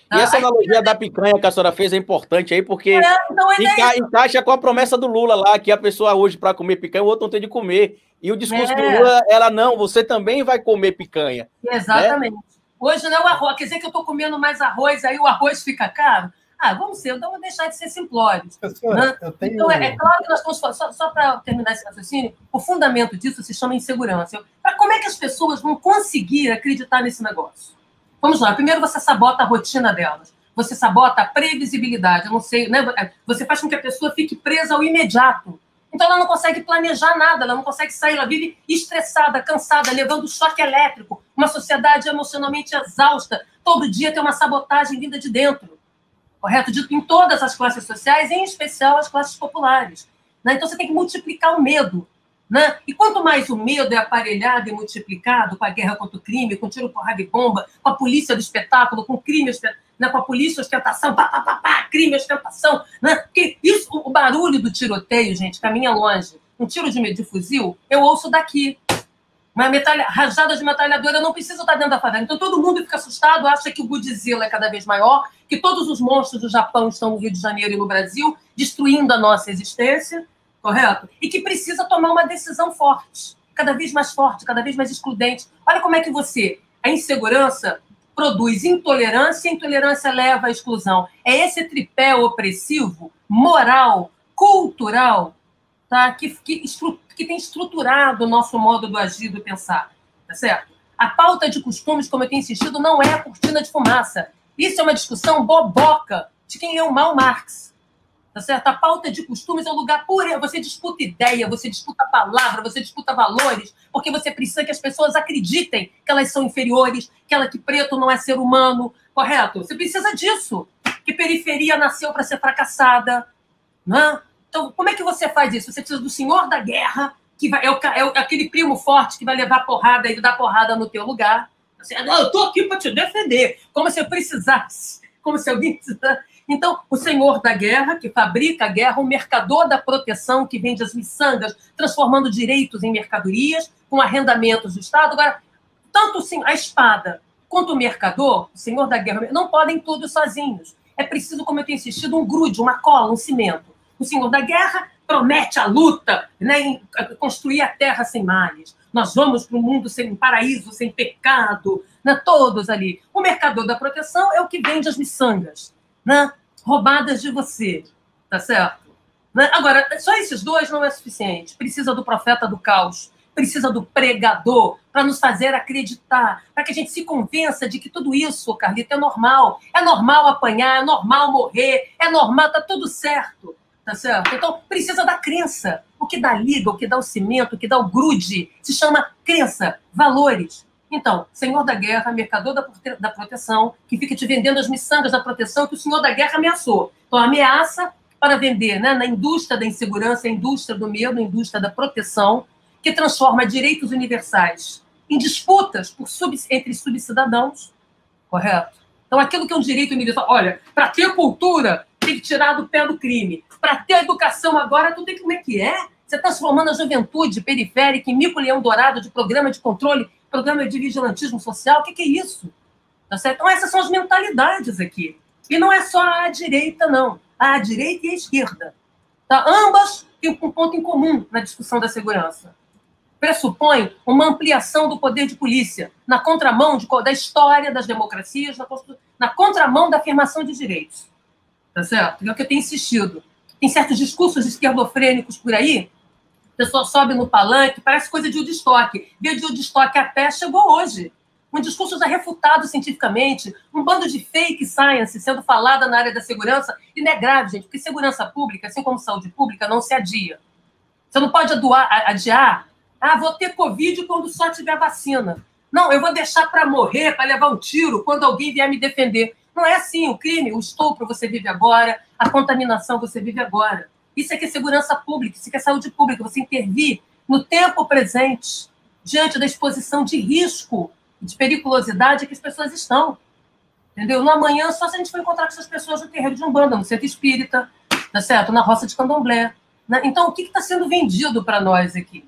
E essa analogia da picanha que a senhora fez é importante aí, porque é, então enca encaixa com a promessa do Lula lá, que a pessoa hoje, para comer picanha, o outro não tem de comer. E o discurso é. do Lula, ela não, você também vai comer picanha. Exatamente. Né? Hoje não é o arroz, quer dizer que eu estou comendo mais arroz, aí o arroz fica caro? Ah, vamos ser, então vamos deixar de ser simplórios. Né? Eu tenho... Então, é, é claro que nós estamos falando, só, só para terminar esse raciocínio, o fundamento disso se chama insegurança. Pra como é que as pessoas vão conseguir acreditar nesse negócio? Vamos lá, primeiro você sabota a rotina delas, você sabota a previsibilidade, eu não sei, né? Você faz com que a pessoa fique presa ao imediato. Então ela não consegue planejar nada, ela não consegue sair, ela vive estressada, cansada, levando choque elétrico, uma sociedade emocionalmente exausta, todo dia tem uma sabotagem vinda de dentro, correto? Dito em todas as classes sociais, em especial as classes populares. Né? Então você tem que multiplicar o medo. Né? E quanto mais o medo é aparelhado e multiplicado com a guerra contra o crime, com tiro, porrada e bomba, com a polícia do espetáculo, com crime, né? Com a polícia ostentação, pá, pá, pá, pá, crime, ostentação, né? Porque isso, o barulho do tiroteio, gente, caminha longe. Um tiro de, de fuzil, eu ouço daqui. Uma metralha, rajada de metralhadora, eu não preciso estar dentro da favela. Então todo mundo fica assustado, acha que o Godzilla é cada vez maior, que todos os monstros do Japão estão no Rio de Janeiro e no Brasil, destruindo a nossa existência. Correto? E que precisa tomar uma decisão forte, cada vez mais forte, cada vez mais excludente. Olha como é que você, a insegurança produz intolerância, e a intolerância leva à exclusão. É esse tripé opressivo, moral, cultural, tá? que, que, que tem estruturado o nosso modo do agir, do pensar. Tá certo? A pauta de costumes, como eu tenho insistido, não é a cortina de fumaça. Isso é uma discussão boboca de quem é o Karl Marx. Tá certo? A pauta de costumes é um lugar puro. Você disputa ideia, você disputa palavra, você disputa valores, porque você precisa que as pessoas acreditem que elas são inferiores, que, ela, que preto não é ser humano, correto? Você precisa disso. Que periferia nasceu para ser fracassada. Né? Então, como é que você faz isso? Você precisa do senhor da guerra, que vai, é, o, é o, aquele primo forte que vai levar porrada e dar porrada no teu lugar. Você, não, eu estou aqui para te defender, como se eu precisasse, como se alguém precisasse. Então, o senhor da guerra, que fabrica a guerra, o mercador da proteção, que vende as miçangas, transformando direitos em mercadorias, com arrendamentos do Estado. Agora, tanto a espada quanto o mercador, o senhor da guerra, não podem todos sozinhos. É preciso, como eu tenho insistido, um grude, uma cola, um cimento. O senhor da guerra promete a luta, né, em construir a terra sem males. Nós vamos para um mundo sem um paraíso, sem pecado, né, todos ali. O mercador da proteção é o que vende as miçangas, né? Roubadas de você, tá certo? Né? Agora, só esses dois não é suficiente. Precisa do profeta do caos, precisa do pregador para nos fazer acreditar, para que a gente se convença de que tudo isso, Carlito, é normal. É normal apanhar, é normal morrer, é normal, tá tudo certo, tá certo? Então, precisa da crença. O que dá liga, o que dá o cimento, o que dá o grude, se chama crença, valores. Então, senhor da guerra, mercador da, prote da proteção, que fica te vendendo as miçangas da proteção que o senhor da guerra ameaçou. Então, ameaça para vender, né, na indústria da insegurança, a indústria do medo, a indústria da proteção, que transforma direitos universais em disputas por sub entre subcidadãos, correto? Então, aquilo que é um direito universal, olha, para ter cultura, tem que tirar do pé do crime. Para ter educação agora, tu tem que... Como é que é? Você está transformando a juventude periférica em mico-leão dourado de programa de controle, programa de vigilantismo social. O que, que é isso? Tá certo? Então, essas são as mentalidades aqui. E não é só a direita, não. A direita e a esquerda. Tá? Ambas têm um ponto em comum na discussão da segurança. Pressupõe uma ampliação do poder de polícia, na contramão de, da história das democracias, na, na contramão da afirmação de direitos. Tá certo? É o que eu tenho insistido. Tem certos discursos esquerdofrênicos por aí, a pessoa sobe no palanque, parece coisa de Woodstock. Ver de Woodstock a pé chegou hoje. Um discurso já refutado cientificamente, um bando de fake science sendo falada na área da segurança. E não é grave, gente, porque segurança pública, assim como saúde pública, não se adia. Você não pode aduar, adiar. Ah, vou ter Covid quando só tiver vacina. Não, eu vou deixar para morrer, para levar um tiro, quando alguém vier me defender. Não é assim. O crime, o estupro você vive agora, a contaminação você vive agora. Isso é que é segurança pública, isso é que é saúde pública. Você intervir no tempo presente, diante da exposição de risco, de periculosidade que as pessoas estão. Entendeu? No amanhã, só se a gente for encontrar com essas pessoas no terreiro de Umbanda, no centro espírita, tá certo? Na roça de Candomblé. Né? Então, o que está sendo vendido para nós aqui?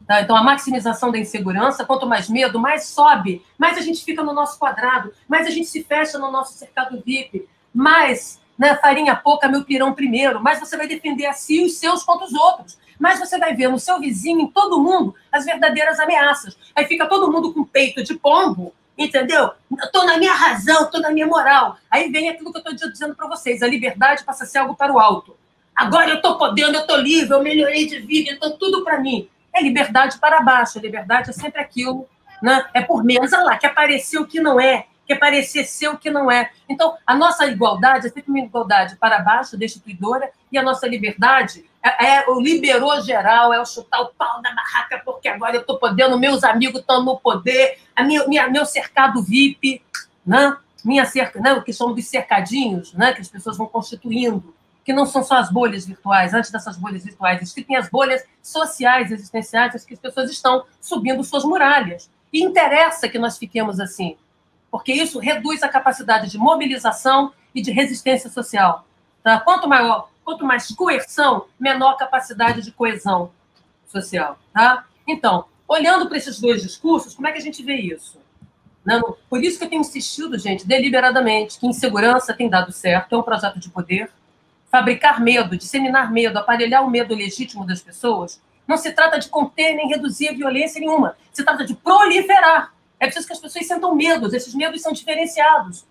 Tá? Então, a maximização da insegurança, quanto mais medo, mais sobe, mais a gente fica no nosso quadrado, mais a gente se fecha no nosso cercado V I P, mais, né, farinha pouca, meu pirão primeiro, mais você vai defender a si e os seus contra os outros, mais você vai ver no seu vizinho, em todo mundo, as verdadeiras ameaças. Aí fica todo mundo com peito de pombo, entendeu? Estou na minha razão, estou na minha moral. Aí vem aquilo que eu estou dizendo para vocês, a liberdade passa a ser algo para o alto. Agora eu estou podendo, eu estou livre, eu melhorei de vida, então tudo para mim. É liberdade para baixo, a liberdade é sempre aquilo, né? É por menos, olha lá, que apareceu o que não é, que parecer ser o que não é. Então, a nossa igualdade é sempre uma igualdade para baixo, destituidora, e a nossa liberdade é, é o liberou geral, é o chutar o pau da barraca, porque agora eu estou podendo, meus amigos estão no poder, a minha, minha, meu cercado V I P, né? Minha cerca, né? O que chamam de cercadinhos, né? Que as pessoas vão constituindo, que não são só as bolhas virtuais. Antes dessas bolhas virtuais, existem as bolhas sociais, existenciais, as que as pessoas estão subindo suas muralhas. E interessa que nós fiquemos assim, porque isso reduz a capacidade de mobilização e de resistência social. Tá? Quanto maior, quanto mais coerção, menor a capacidade de coesão social. Tá? Então, olhando para esses dois discursos, como é que a gente vê isso? Não, por isso que eu tenho insistido, gente, deliberadamente, que insegurança tem dado certo, é um projeto de poder. Fabricar medo, disseminar medo, aparelhar o medo legítimo das pessoas, não se trata de conter nem reduzir a violência nenhuma. Se trata de proliferar. É preciso que as pessoas sentam medos. Esses medos são diferenciados.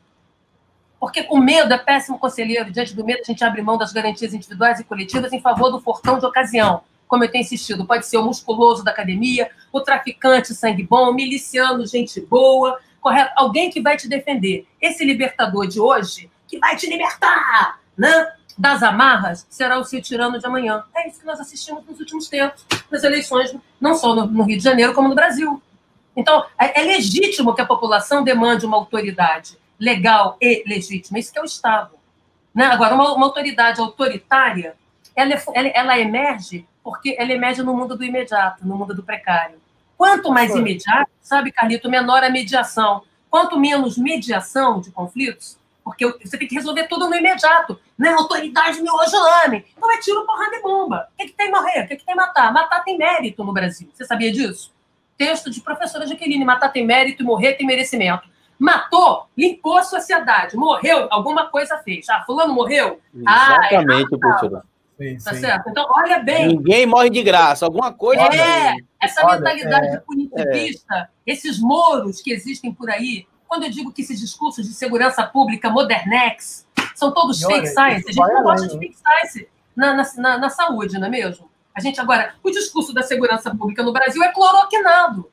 Porque o medo é péssimo conselheiro. Diante do medo, a gente abre mão das garantias individuais e coletivas em favor do fortão de ocasião. Como eu tenho insistido, pode ser o musculoso da academia, o traficante sangue bom, o miliciano gente boa, correto? Alguém que vai te defender. Esse libertador de hoje, que vai te libertar, né? Das amarras, será o seu tirano de amanhã. É isso que nós assistimos nos últimos tempos, nas eleições, não só no, no Rio de Janeiro, como no Brasil. Então, é, é legítimo que a população demande uma autoridade legal e legítima. Isso que é o Estado. Né? Agora, uma, uma autoridade autoritária, ela, é, ela, ela emerge porque ela emerge no mundo do imediato, no mundo do precário. Quanto mais imediato, sabe, Carlito, menor a mediação. Quanto menos mediação de conflitos, porque você tem que resolver tudo no imediato. Né? Autoridade meu ojolame. Então é tiro, porrada e bomba. O que, que tem morrer? O que, que tem matar? Matar tem mérito no Brasil. Você sabia disso? Texto de professora Jaqueline. Matar tem mérito e morrer tem merecimento. Matou, limpou a sociedade. Morreu, alguma coisa fez. Ah, fulano morreu? Exatamente, ah, é professora. Sim, tá sim. certo? Então, olha bem. Ninguém morre de graça. Alguma coisa... É, essa olha, mentalidade é, de punitivista, é. Esses moros que existem por aí, quando eu digo que esses discursos de segurança pública modernex são todos e fake olha, science, a gente não gosta de fake science na, na, na, na saúde, não é mesmo? A gente agora, o discurso da segurança pública no Brasil é cloroquinado.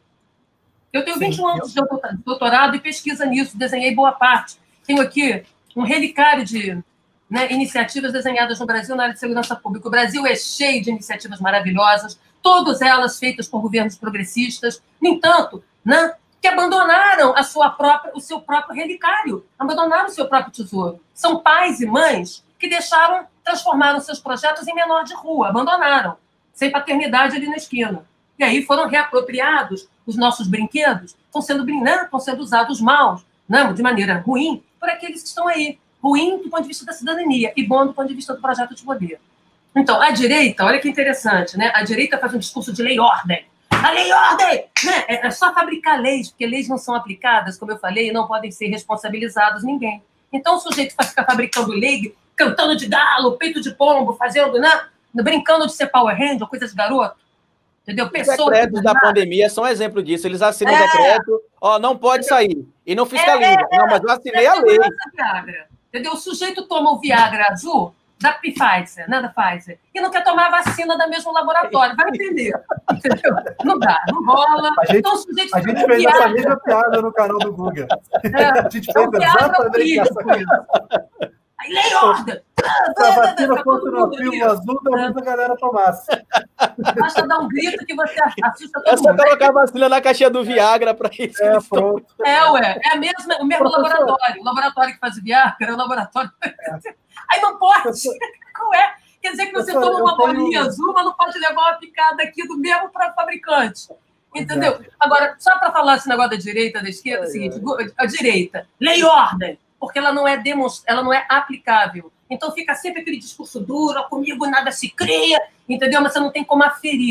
Eu tenho Sim, vinte e um anos eu... de doutorado e pesquisa nisso, desenhei boa parte. Tenho aqui um relicário de né, iniciativas desenhadas no Brasil na área de segurança pública. O Brasil é cheio de iniciativas maravilhosas, todas elas feitas por governos progressistas. No entanto, né, que abandonaram a sua própria, o seu próprio relicário, abandonaram o seu próprio tesouro. São pais e mães que deixaram, transformaram seus projetos em menor de rua, abandonaram, sem paternidade ali na esquina. E aí foram reapropriados os nossos brinquedos, estão sendo, né, estão sendo usados mal, né, de maneira ruim, por aqueles que estão aí. Ruim do ponto de vista da cidadania e bom do ponto de vista do projeto de poder. Então, a direita, olha que interessante, né? A direita faz um discurso de lei e ordem. A lei e ordem! Né? É só fabricar leis, porque leis não são aplicadas, como eu falei, e não podem ser responsabilizados ninguém. Então, o sujeito vai ficar fabricando lei, cantando de galo, peito de pombo, fazendo, né? Brincando de ser Power Ranger, coisa de garoto. Entendeu? Pessoas Os decretos da pandemia são exemplo disso. Eles assinam o é. decreto, ó, não pode sair. E não fiscaliza. É, é, não, mas eu assinei a lei. Viagra. Entendeu? O sujeito toma o Viagra azul da Pfizer, né, da Pfizer, e não quer tomar a vacina da mesmo laboratório. Vai entender. Entendeu? Não dá, não rola. A gente, então, o sujeito a gente fez essa mesma piada no canal do Guga. É, a gente fez exatamente essa coisa. Aí, lei e ordem. Se a vacina fosse no filme azul, talvez a galera tomasse. Basta dar um grito que você assusta todo mundo. É só mundo. colocar a vacina na caixinha do Viagra para isso. É, pronto. É, ué. É a mesma, o mesmo Professor. laboratório. O laboratório que faz o Viagra é o laboratório... É. Aí não pode. Qual é? Quer dizer que você Professor, toma uma bolinha tenho... azul, mas não pode levar uma picada aqui do mesmo para o fabricante. Entendeu? É. Agora, só para falar esse negócio da direita, da esquerda, é, é o seguinte, a direita, lei e ordem, porque ela não é demonst... ela não é aplicável. Então fica sempre aquele discurso duro, comigo nada se cria, entendeu? Mas você não tem como aferir.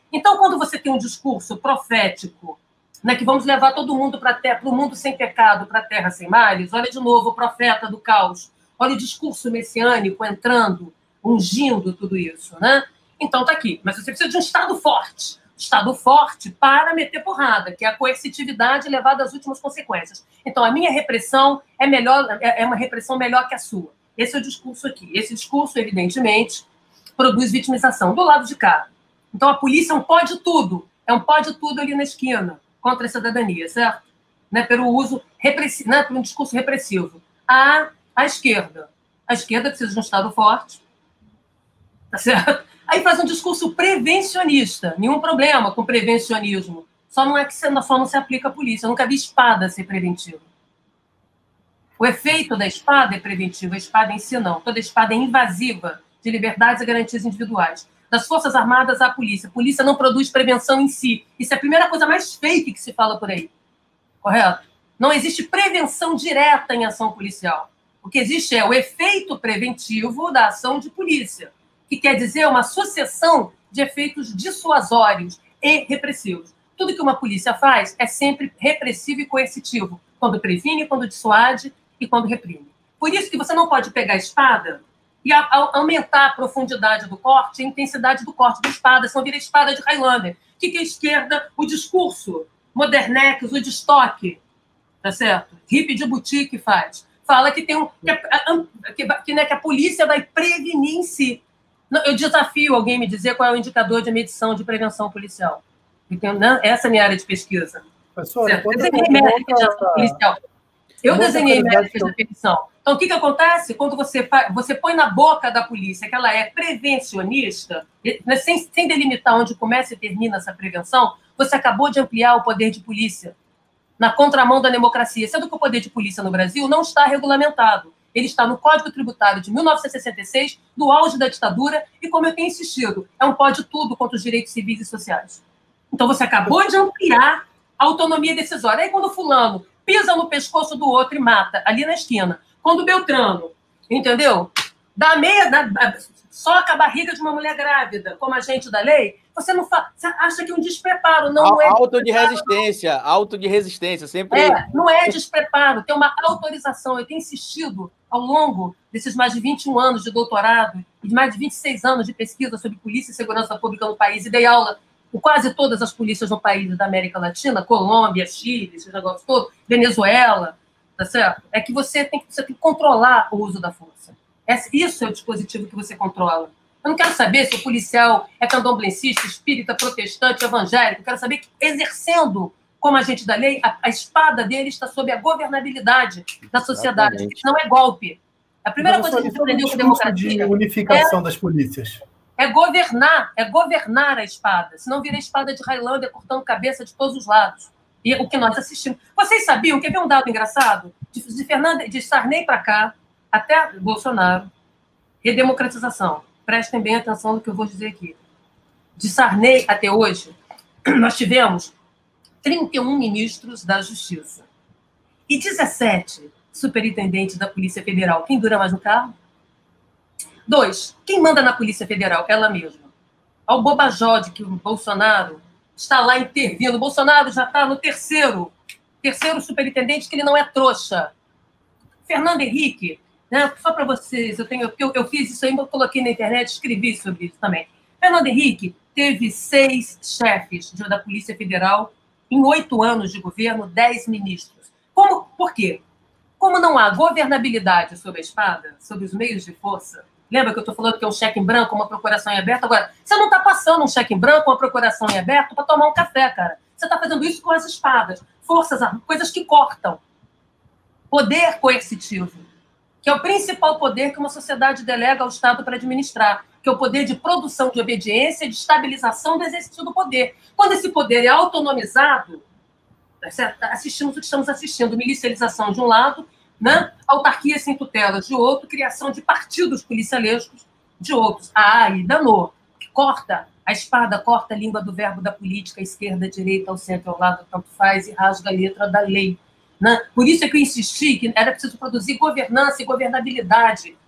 Então, quando você tem um discurso profético, né, que vamos levar todo mundo para o mundo sem pecado, para a terra sem males, olha de novo o profeta do caos, olha o discurso messiânico entrando, ungindo tudo isso, né? Então, está aqui. Mas você precisa de um Estado forte. Estado forte para meter porrada, que é a coercitividade levada às últimas consequências. Então, a minha repressão é, melhor, é uma repressão melhor que a sua. Esse é o discurso aqui. Esse discurso, evidentemente, produz vitimização do lado de cá. Então, a polícia é um pode tudo. É um pode tudo ali na esquina, contra a cidadania, certo? Né? Pelo uso repressivo, né? Por um discurso repressivo. A, a esquerda. A esquerda precisa de um Estado forte. Tá certo? Aí faz um discurso prevencionista. Nenhum problema com prevencionismo. Só não é que você, só não se aplica à polícia. Eu nunca vi espada ser preventiva. O efeito da espada é preventivo. A espada em si, não. Toda espada é invasiva de liberdades e garantias individuais. Das Forças Armadas à polícia. A polícia não produz prevenção em si. Isso é a primeira coisa mais fake que se fala por aí. Correto? Não existe prevenção direta em ação policial. O que existe é o efeito preventivo da ação de polícia, que quer dizer uma sucessão de efeitos dissuasórios e repressivos. Tudo que uma polícia faz é sempre repressivo e coercitivo, quando previne, quando dissuade e quando reprime. Por isso que você não pode pegar a espada e a, a, aumentar a profundidade do corte, a intensidade do corte da espada, senão vira espada de Highlander. O que, que é a esquerda? O discurso modernex, o de estoque, tá certo? Hippie de boutique faz. Fala que, tem um, que, a, que, que, né, que a polícia vai prevenir em si. Eu desafio alguém me dizer qual é o indicador de medição de prevenção policial. Então, essa é a minha área de pesquisa. Professor, eu desenhei métricas de ação policial. Eu desenhei métricas de prevenção. Então, o que, que acontece? Quando você, faz, você põe na boca da polícia que ela é prevencionista, sem, sem delimitar onde começa e termina essa prevenção, você acabou de ampliar o poder de polícia na contramão da democracia. Sendo que o poder de polícia no Brasil não está regulamentado. Ele está no Código Tributário de mil novecentos e sessenta e seis, do auge da ditadura, e, como eu tenho insistido, é um pode tudo contra os direitos civis e sociais. Então, você acabou de ampliar a autonomia decisória. Aí, quando o fulano pisa no pescoço do outro e mata, ali na esquina, quando o Beltrano, entendeu? Dá meia, dá, soca a barriga de uma mulher grávida, como agente da lei, você não fa... você acha que é um despreparo. Não é auto de resistência, auto de resistência, sempre... É, não é despreparo, tem uma autorização. Eu tenho insistido ao longo desses mais de vinte e um anos de doutorado e de mais de vinte e seis anos de pesquisa sobre polícia e segurança pública no país, e dei aula com quase todas as polícias no país da América Latina, Colômbia, Chile, esse negócio todo, Venezuela, tá certo? É que você tem que, você tem que controlar o uso da força. Isso é o dispositivo que você controla. Eu não quero saber se o policial é candomblessista, espírita, protestante, evangélico. Eu quero saber que, exercendo como agente da lei, a, a espada dele está sob a governabilidade da sociedade. Exatamente. Isso não é golpe. A primeira coisa que a gente aprendeu com a democracia... de unificação é, das polícias. É governar, é governar a espada. Senão vira a espada de Highlander cortando cabeça de todos os lados. E o que nós assistimos. Vocês sabiam, quer ver um dado engraçado? De, de, Fernanda, de Sarney para cá, até Bolsonaro, redemocratização. Prestem bem atenção no que eu vou dizer aqui. De Sarney até hoje, nós tivemos trinta e um ministros da Justiça e dezessete superintendentes da Polícia Federal. Quem dura mais no carro? Dois. Quem manda na Polícia Federal? Ela mesma. Ao bobajode que o Bolsonaro está lá intervindo. O Bolsonaro já está no terceiro, terceiro superintendente, que ele não é trouxa. Fernando Henrique, né? Só para vocês, eu, tenho, eu, eu fiz isso aí, eu coloquei na internet, escrevi sobre isso também. Fernando Henrique teve seis chefes da Polícia Federal em oito anos de governo, dez ministros. Como, por quê? Como não há governabilidade sobre a espada, sobre os meios de força, lembra que eu estou falando que é um cheque em branco, uma procuração em aberto? Agora, você não está passando um cheque em branco, uma procuração em aberto para tomar um café, cara. Você está fazendo isso com as espadas, forças, coisas que cortam. Poder coercitivo, que é o principal poder que uma sociedade delega ao Estado para administrar, que é o poder de produção de obediência e de estabilização do exercício do poder. Quando esse poder é autonomizado, assistimos o que estamos assistindo, milicialização de um lado, né? Autarquia sem tutelas de outro, criação de partidos policialescos de outros. Ah, e danou, que corta a espada, corta a língua do verbo da política, a esquerda, a direita, ao centro, ao lado, tanto faz, e rasga a letra da lei. Né? Por isso é que eu insisti que era preciso produzir governança e governabilidade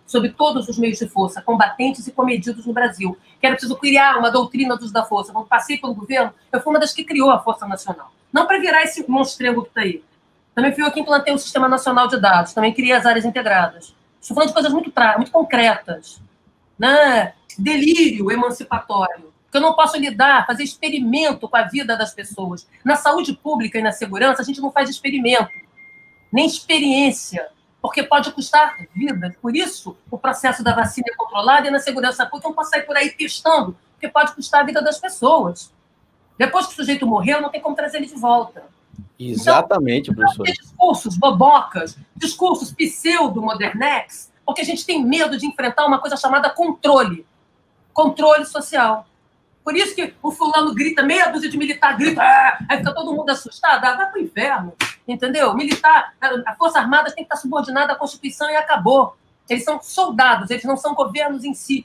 sobre todos os meios de força, combatentes e comedidos no Brasil, que era preciso criar uma doutrina dos da força. Quando passei pelo governo, eu fui uma das que criou a Força Nacional. Não para virar esse monstrengo que está aí. Também fui eu que implantei o Sistema Nacional de Dados, também criei as áreas integradas. Estou falando de coisas muito, pra, muito concretas. Né? Delírio emancipatório. Que eu não posso lidar, fazer experimento com a vida das pessoas. Na saúde pública e na segurança, a gente não faz experimento, nem experiência, porque pode custar vidas. Por isso, o processo da vacina é controlado e na segurança pública eu não posso sair por aí testando, porque pode custar a vida das pessoas. Depois que o sujeito morreu, não tem como trazer ele de volta. Exatamente, então, professor. Discursos bobocas, discursos pseudo-modernex, porque a gente tem medo de enfrentar uma coisa chamada controle. Controle social. Por isso que o fulano grita, meia dúzia de militar grita, ah! Aí fica todo mundo assustado, ah, vai para o inferno, entendeu? Militar, a Força Armada tem que estar subordinada à Constituição e acabou. Eles são soldados, eles não são governos em si.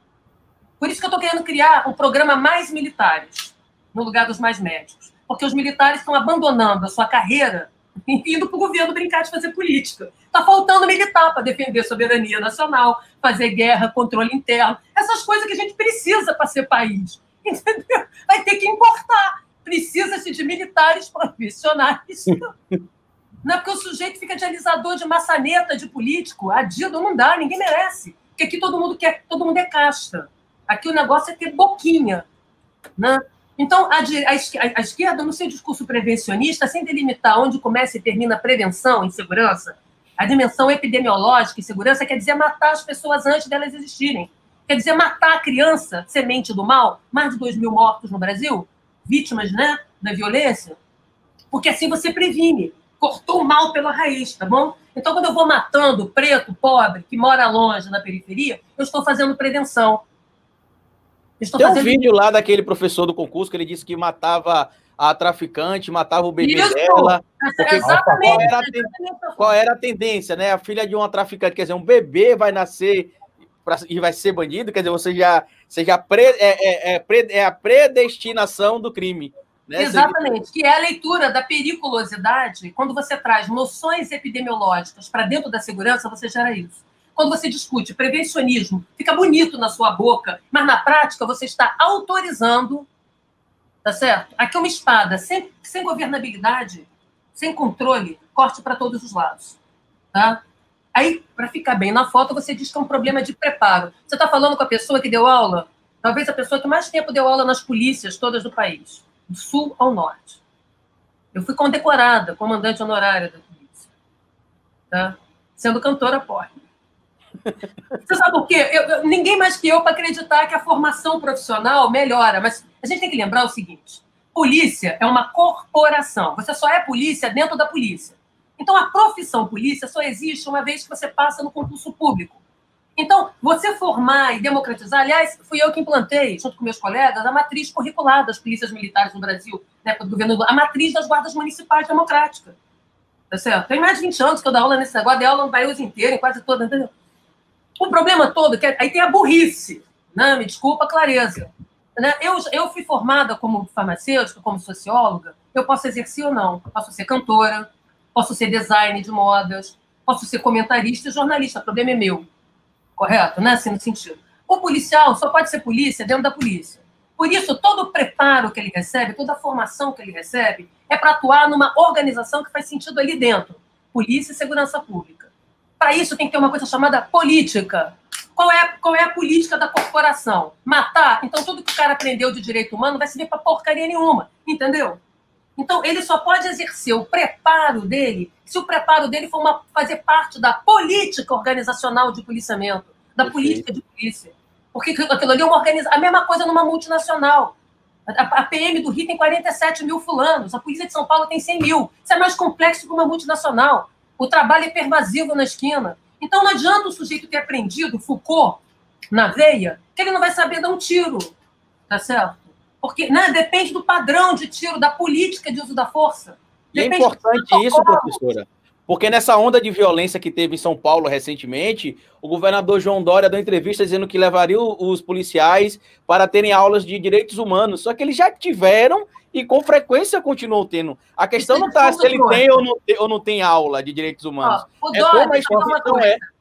Por isso que eu estou querendo criar um programa mais militares, no lugar dos mais médicos. Porque os militares estão abandonando a sua carreira e indo para o governo brincar de fazer política. Está faltando militar para defender a soberania nacional, fazer guerra, controle interno, essas coisas que a gente precisa para ser país. Entendeu? Vai ter que importar. Precisa-se de militares profissionais. Não é porque o sujeito fica de alisador de maçaneta de político. Adido não dá, ninguém merece. Porque aqui todo mundo quer, todo mundo é casta. Aqui o negócio é ter boquinha. Né? Então, a, a, a esquerda, no seu discurso prevencionista, sem delimitar onde começa e termina a prevenção em segurança, a dimensão epidemiológica e segurança quer dizer matar as pessoas antes delas existirem. Quer dizer, matar a criança, semente do mal, mais de dois mil mortos no Brasil, vítimas, né, da violência, porque assim você previne, cortou o mal pela raiz, tá bom? Então, quando eu vou matando preto, pobre, que mora longe, na periferia, eu estou fazendo prevenção. Estou Tem fazendo... um vídeo lá daquele professor do concurso que ele disse que matava a traficante, matava o bebê Isso. dela. Exatamente. Qual era, ten... qual era a tendência, né? A filha de uma traficante, quer dizer, um bebê vai nascer... e vai ser bandido, quer dizer, você já, você já pre, é, é, é, é a predestinação do crime. Né? Exatamente, que é a leitura da periculosidade. Quando você traz noções epidemiológicas para dentro da segurança, você gera isso. Quando você discute prevencionismo, fica bonito na sua boca, mas na prática você está autorizando, tá certo? Aqui é uma espada, sem, sem governabilidade, sem controle, corte para todos os lados, tá? Aí, para ficar bem na foto, você diz que é um problema de preparo. Você está falando com a pessoa que deu aula? Talvez a pessoa que mais tempo deu aula nas polícias todas do país, do sul ao norte. Eu fui condecorada, comandante honorária da polícia. Tá? Sendo cantora pop. Você sabe por quê? Eu, eu, ninguém mais que eu para acreditar que a formação profissional melhora. Mas a gente tem que lembrar o seguinte. Polícia é uma corporação. Você só é polícia dentro da polícia. Então, a profissão polícia só existe uma vez que você passa no concurso público. Então, você formar e democratizar... Aliás, fui eu que implantei, junto com meus colegas, a matriz curricular das polícias militares no Brasil, na época do governo, a matriz das guardas municipais democráticas. Tá certo? Tem mais de vinte anos que eu dou aula nesse negócio, dei aula no país inteiro, em quase todo, entendeu? O problema todo, é que aí tem a burrice, né? Me desculpa a clareza. Né? Eu, eu fui formada como farmacêutica, como socióloga, eu posso exercer ou não. Posso ser cantora, posso ser designer de modas, posso ser comentarista e jornalista, o problema é meu. Correto? Né? Assim, no sentido. O policial só pode ser polícia dentro da polícia. Por isso, todo o preparo que ele recebe, toda a formação que ele recebe, é para atuar numa organização que faz sentido ali dentro. Polícia e segurança pública. Para isso, tem que ter uma coisa chamada política. Qual é, qual é a política da corporação? Matar? Então, tudo que o cara aprendeu de direito humano vai servir para porcaria nenhuma. Entendeu? Então, ele só pode exercer o preparo dele se o preparo dele for uma, fazer parte da política organizacional de policiamento, da Perfeito. política de polícia. Porque aquilo ali é uma organização. A mesma coisa numa multinacional. A, a P M do Rio tem quarenta e sete mil fulanos, a Polícia de São Paulo tem cem mil. Isso é mais complexo que uma multinacional. O trabalho é pervasivo na esquina. Então, não adianta o sujeito ter aprendido Foucault na veia, que ele não vai saber dar um tiro. Tá certo? Porque né, depende do padrão de tiro, da política de uso da força. E é importante isso, professora, porque nessa onda de violência que teve em São Paulo recentemente, o governador João Dória deu entrevista dizendo que levaria os policiais para terem aulas de direitos humanos, só que eles já tiveram e com frequência continuam tendo. A questão não está se ele tem ou não tem, ou não tem aula de direitos humanos. Ó, o Dória, é como a instituição é.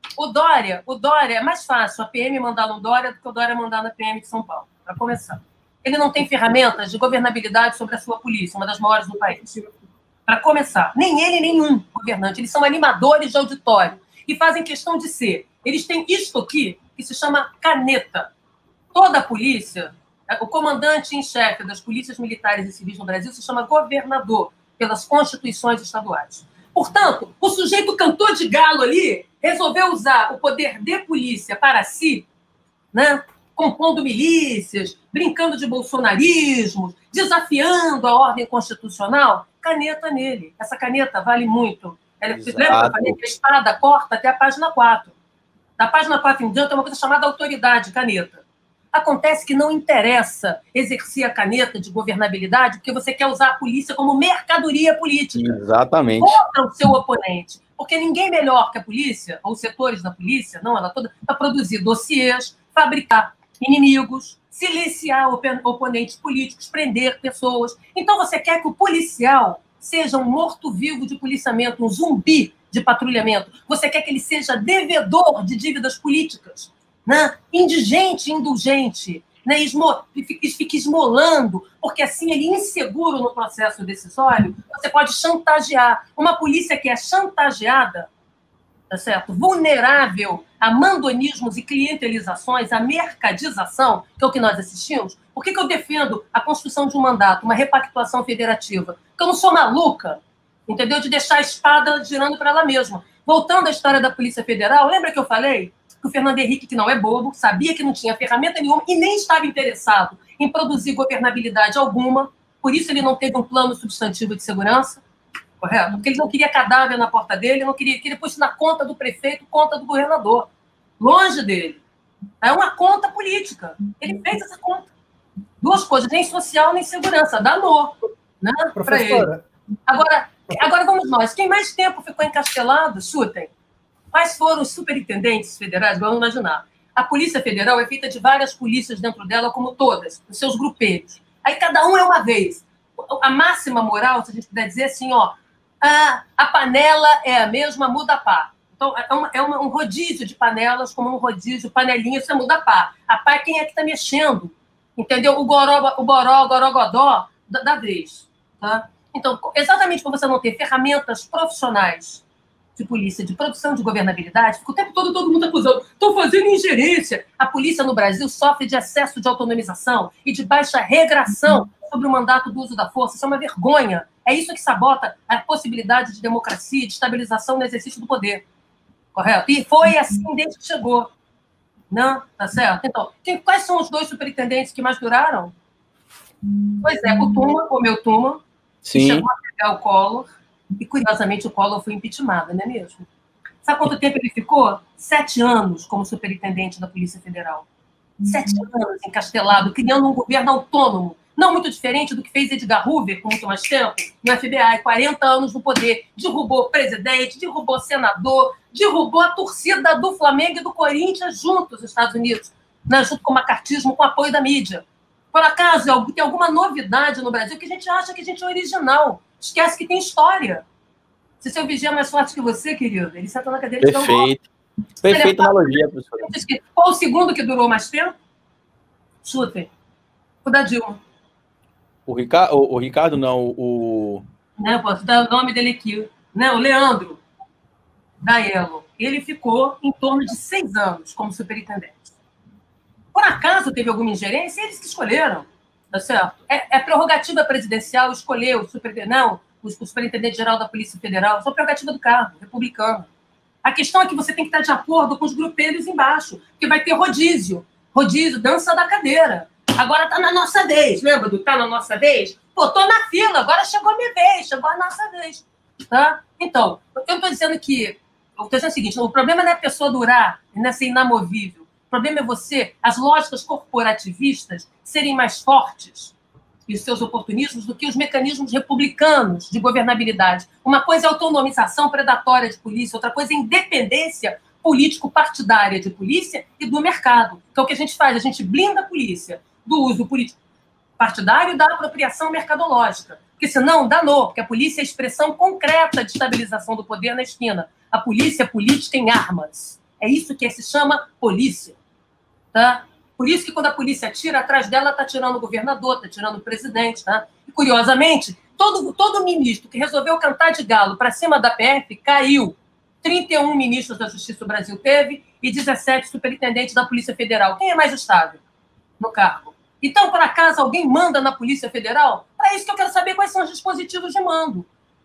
O Dória, o Dória é mais fácil a P M mandar no Dória do que o Dória mandar na P M de São Paulo, para começar. Ele não tem ferramentas de governabilidade sobre a sua polícia, uma das maiores do país. Para começar, nem ele, nenhum governante. Eles são animadores de auditório e fazem questão de ser. Eles têm isto aqui, que se chama caneta. Toda a polícia, o comandante em chefe das polícias militares e civis no Brasil se chama governador, pelas constituições estaduais. Portanto, o sujeito cantor de galo ali resolveu usar o poder de polícia para si, né? Compondo milícias, brincando de bolsonarismo, desafiando a ordem constitucional, caneta nele. Essa caneta vale muito. Ela, lembra que eu falei que a espada corta até a página quatro. Da página quatro em diante, tem uma coisa chamada autoridade, caneta. Acontece que não interessa exercer a caneta de governabilidade porque você quer usar a polícia como mercadoria política. Exatamente. Contra o seu oponente. Porque ninguém melhor que a polícia, ou os setores da polícia, não, ela toda, para produzir dossiês, fabricar inimigos, siliciar oponentes políticos, prender pessoas. Então você quer que o policial seja um morto-vivo de policiamento, um zumbi de patrulhamento. Você quer que ele seja devedor de dívidas políticas, né? Indigente, indulgente, né? Esmo... fica esmolando, porque assim ele é inseguro no processo decisório, você pode chantagear. Uma polícia que é chantageada, tá certo? Vulnerável a mandonismos e clientelizações, a mercadização, que é o que nós assistimos. Por que que eu defendo a construção de um mandato, uma repactuação federativa? Porque eu não sou maluca, entendeu? De deixar a espada girando para ela mesma. Voltando à história da Polícia Federal, lembra que eu falei que o Fernando Henrique, que não é bobo, sabia que não tinha ferramenta nenhuma e nem estava interessado em produzir governabilidade alguma, por isso ele não teve um plano substantivo de segurança, correto? Porque ele não queria cadáver na porta dele, não queria que ele fosse na conta do prefeito, conta do governador. Longe dele. É uma conta política. Ele fez essa conta. Duas coisas, nem social, nem segurança. Danou, né, para ele. Agora, agora vamos nós. Quem mais tempo ficou encastelado, chutem. Quais foram os superintendentes federais? Vamos imaginar. A Polícia Federal é feita de várias polícias dentro dela, como todas, os seus grupelhos. Aí cada um é uma vez. A máxima moral, se a gente puder dizer assim, ó, a, a panela é a mesma, muda a pá. Então, é, uma, é uma, um rodízio de panelas, como um rodízio, panelinha, você muda a pá. A pá é quem é que está mexendo, entendeu? O goró, o boró, o gorogodó da, da vez. Tá? Então, exatamente por você não ter ferramentas profissionais de polícia, de produção de governabilidade, fica o tempo todo todo mundo acusando, estão fazendo ingerência. A polícia no Brasil sofre de excesso de autonomização e de baixa regração sobre o mandato do uso da força. Isso é uma vergonha. É isso que sabota a possibilidade de democracia, de estabilização no exercício do poder. Correto? E foi assim desde que chegou. Não? Tá certo? Então, quem, quais são os dois superintendentes que mais duraram? Pois é, o Tuma, o meu Tuma, que chegou a pegar o Collor, e, curiosamente, o Collor foi impeachmentado, não é mesmo? Sabe quanto tempo ele ficou? Sete anos como superintendente da Polícia Federal. Sete anos encastelado, criando um governo autônomo, não muito diferente do que fez Edgar Hoover, com muito mais tempo, no F B I, quarenta anos no poder. Derrubou o presidente, derrubou o senador, derrubou a torcida do Flamengo e do Corinthians juntos nos Estados Unidos, né, junto com o macartismo, com o apoio da mídia. Por acaso, tem alguma novidade no Brasil que a gente acha que a gente é original? Esquece que tem história. Se seu vigia é mais forte que você, querido, ele senta na cadeira de tão Perfeito. Perfeita analogia, professor. Qual o segundo que durou mais tempo? Chutem. O da Dilma. O Ricardo, o, o Ricardo não, o... Né, posso dar o nome dele aqui. Né, o Leandro Daello. Ele ficou em torno de seis anos como superintendente. Por acaso teve alguma ingerência? Eles que escolheram. Tá certo? É, é prerrogativa presidencial escolher o superintendente, não, o superintendente-geral da Polícia Federal. Isso é prerrogativa do cargo, republicano. A questão é que você tem que estar de acordo com os grupelhos embaixo, porque vai ter rodízio. Rodízio, dança da cadeira. Agora está na nossa vez. Lembra do tá na nossa vez? Pô, tô na fila, agora chegou a minha vez, chegou a nossa vez. Tá? Então, eu estou dizendo que... Eu estou dizendo o seguinte, o problema não é a pessoa durar, não é ser inamovível. O problema é você, as lógicas corporativistas, serem mais fortes e os seus oportunismos do que os mecanismos republicanos de governabilidade. Uma coisa é autonomização predatória de polícia, outra coisa é independência político-partidária de polícia e do mercado. Que é o que a gente faz, a gente blinda a polícia do uso político partidário e da apropriação mercadológica. Porque senão danou, porque a polícia é a expressão concreta de estabilização do poder na esquina. A polícia é política em armas. É isso que se chama polícia. Tá? Por isso que quando a polícia atira, atrás dela está tirando o governador, está tirando o presidente. Tá? E, curiosamente, todo, todo ministro que resolveu cantar de galo para cima da P F caiu. trinta e um ministros da Justiça do Brasil teve e dezessete superintendentes da Polícia Federal. Quem é mais estável no cargo? Então, por acaso, alguém manda na Polícia Federal? Para isso que eu quero saber quais são os dispositivos de mando.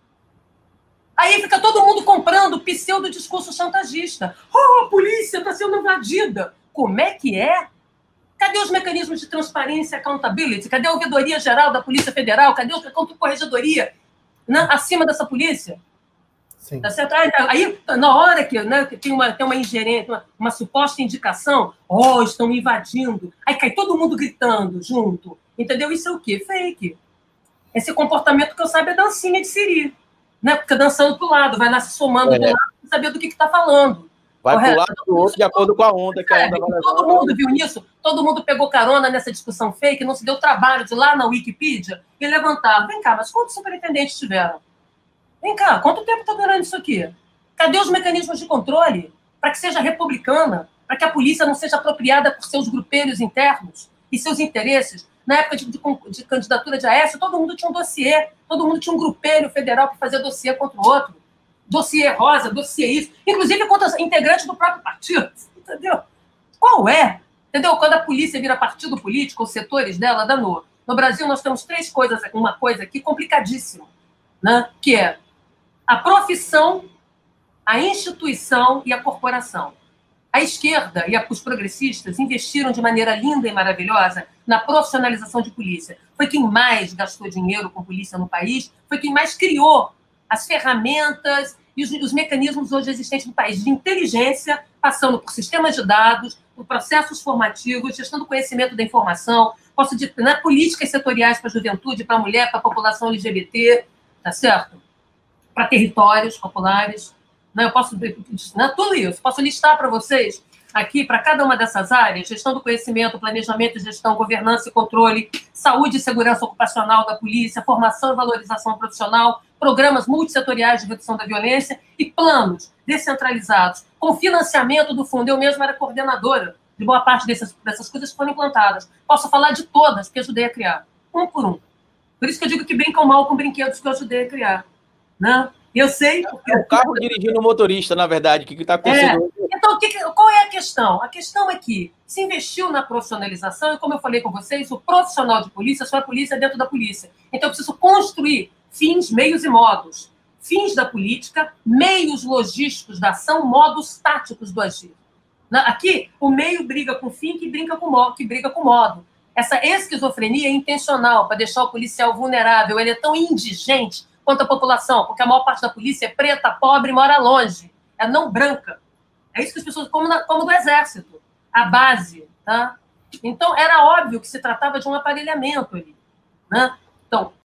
Aí fica todo mundo comprando pseudo-discurso chantagista. Oh, a polícia está sendo invadida. Como é que é? Cadê os mecanismos de transparência e accountability? Cadê a ouvidoria geral da Polícia Federal? Cadê a corregedoria, né, acima dessa polícia? Sim. Tá certo? Aí, na hora que, né, que tem, uma, tem uma ingerência, uma, uma suposta indicação, oh, estão me invadindo. Aí cai todo mundo gritando junto. Entendeu? Isso é o quê? Fake. Esse comportamento que eu saiba é dancinha de siri. Né? Fica dançando pro lado, vai lá se somando é. do lado sem saber do que está falando. Vai pro lado do outro de acordo com a onda que a onda vai levar. Todo mundo viu nisso? Todo mundo pegou carona nessa discussão fake, não se deu trabalho de ir lá na Wikipedia e levantar. Vem cá, mas quantos superintendentes tiveram? Vem cá, quanto tempo está durando isso aqui? Cadê os mecanismos de controle para que seja republicana, para que a polícia não seja apropriada por seus grupelhos internos e seus interesses? Na época de, de, de candidatura de Aécio, todo mundo tinha um dossiê, todo mundo tinha um grupelho federal para fazer dossiê contra o outro. Dossiê rosa, dossiê isso, inclusive contra integrantes do próprio partido, entendeu? Qual é? Entendeu? Quando a polícia vira partido político, os setores dela, danou. No Brasil, nós temos três coisas, uma coisa aqui complicadíssima, né? Que é a profissão, a instituição e a corporação. A esquerda e os progressistas investiram de maneira linda e maravilhosa na profissionalização de polícia. Foi quem mais gastou dinheiro com polícia no país, foi quem mais criou as ferramentas e os, os mecanismos hoje existentes no país de inteligência, passando por sistemas de dados, por processos formativos, gestão do conhecimento da informação, posso dizer, né, políticas setoriais para a juventude, para a mulher, para a população L G B T, tá certo? Para territórios populares. Né, eu posso, né, tudo isso. Posso listar para vocês aqui, para cada uma dessas áreas, gestão do conhecimento, planejamento e gestão, governança e controle, saúde e segurança ocupacional da polícia, formação e valorização profissional, programas multissetoriais de redução da violência e planos descentralizados, com financiamento do fundo. Eu mesma era coordenadora de boa parte dessas, dessas coisas que foram implantadas. Posso falar de todas que ajudei a criar, um por um. Por isso que eu digo que brincam mal com brinquedos que eu ajudei a criar. Né? Eu sei... Porque... É o carro dirigindo o motorista, na verdade, o que está acontecendo. É. Então, que, qual é a questão? A questão é que se investiu na profissionalização, e como eu falei com vocês, o profissional de polícia só é polícia dentro da polícia. Então, eu preciso construir fins, meios e modos. Fins da política, meios logísticos da ação, modos táticos do agir. Aqui, o meio briga com o fim, que, brinca com modo, que briga com o modo. Essa esquizofrenia é intencional, para deixar o policial vulnerável. Ele é tão indigente quanto a população, porque a maior parte da polícia é preta, pobre e mora longe. É não branca. É isso que as pessoas... Como, na, como do exército. A base. Tá? Então, era óbvio que se tratava de um aparelhamento ali. Né? Então,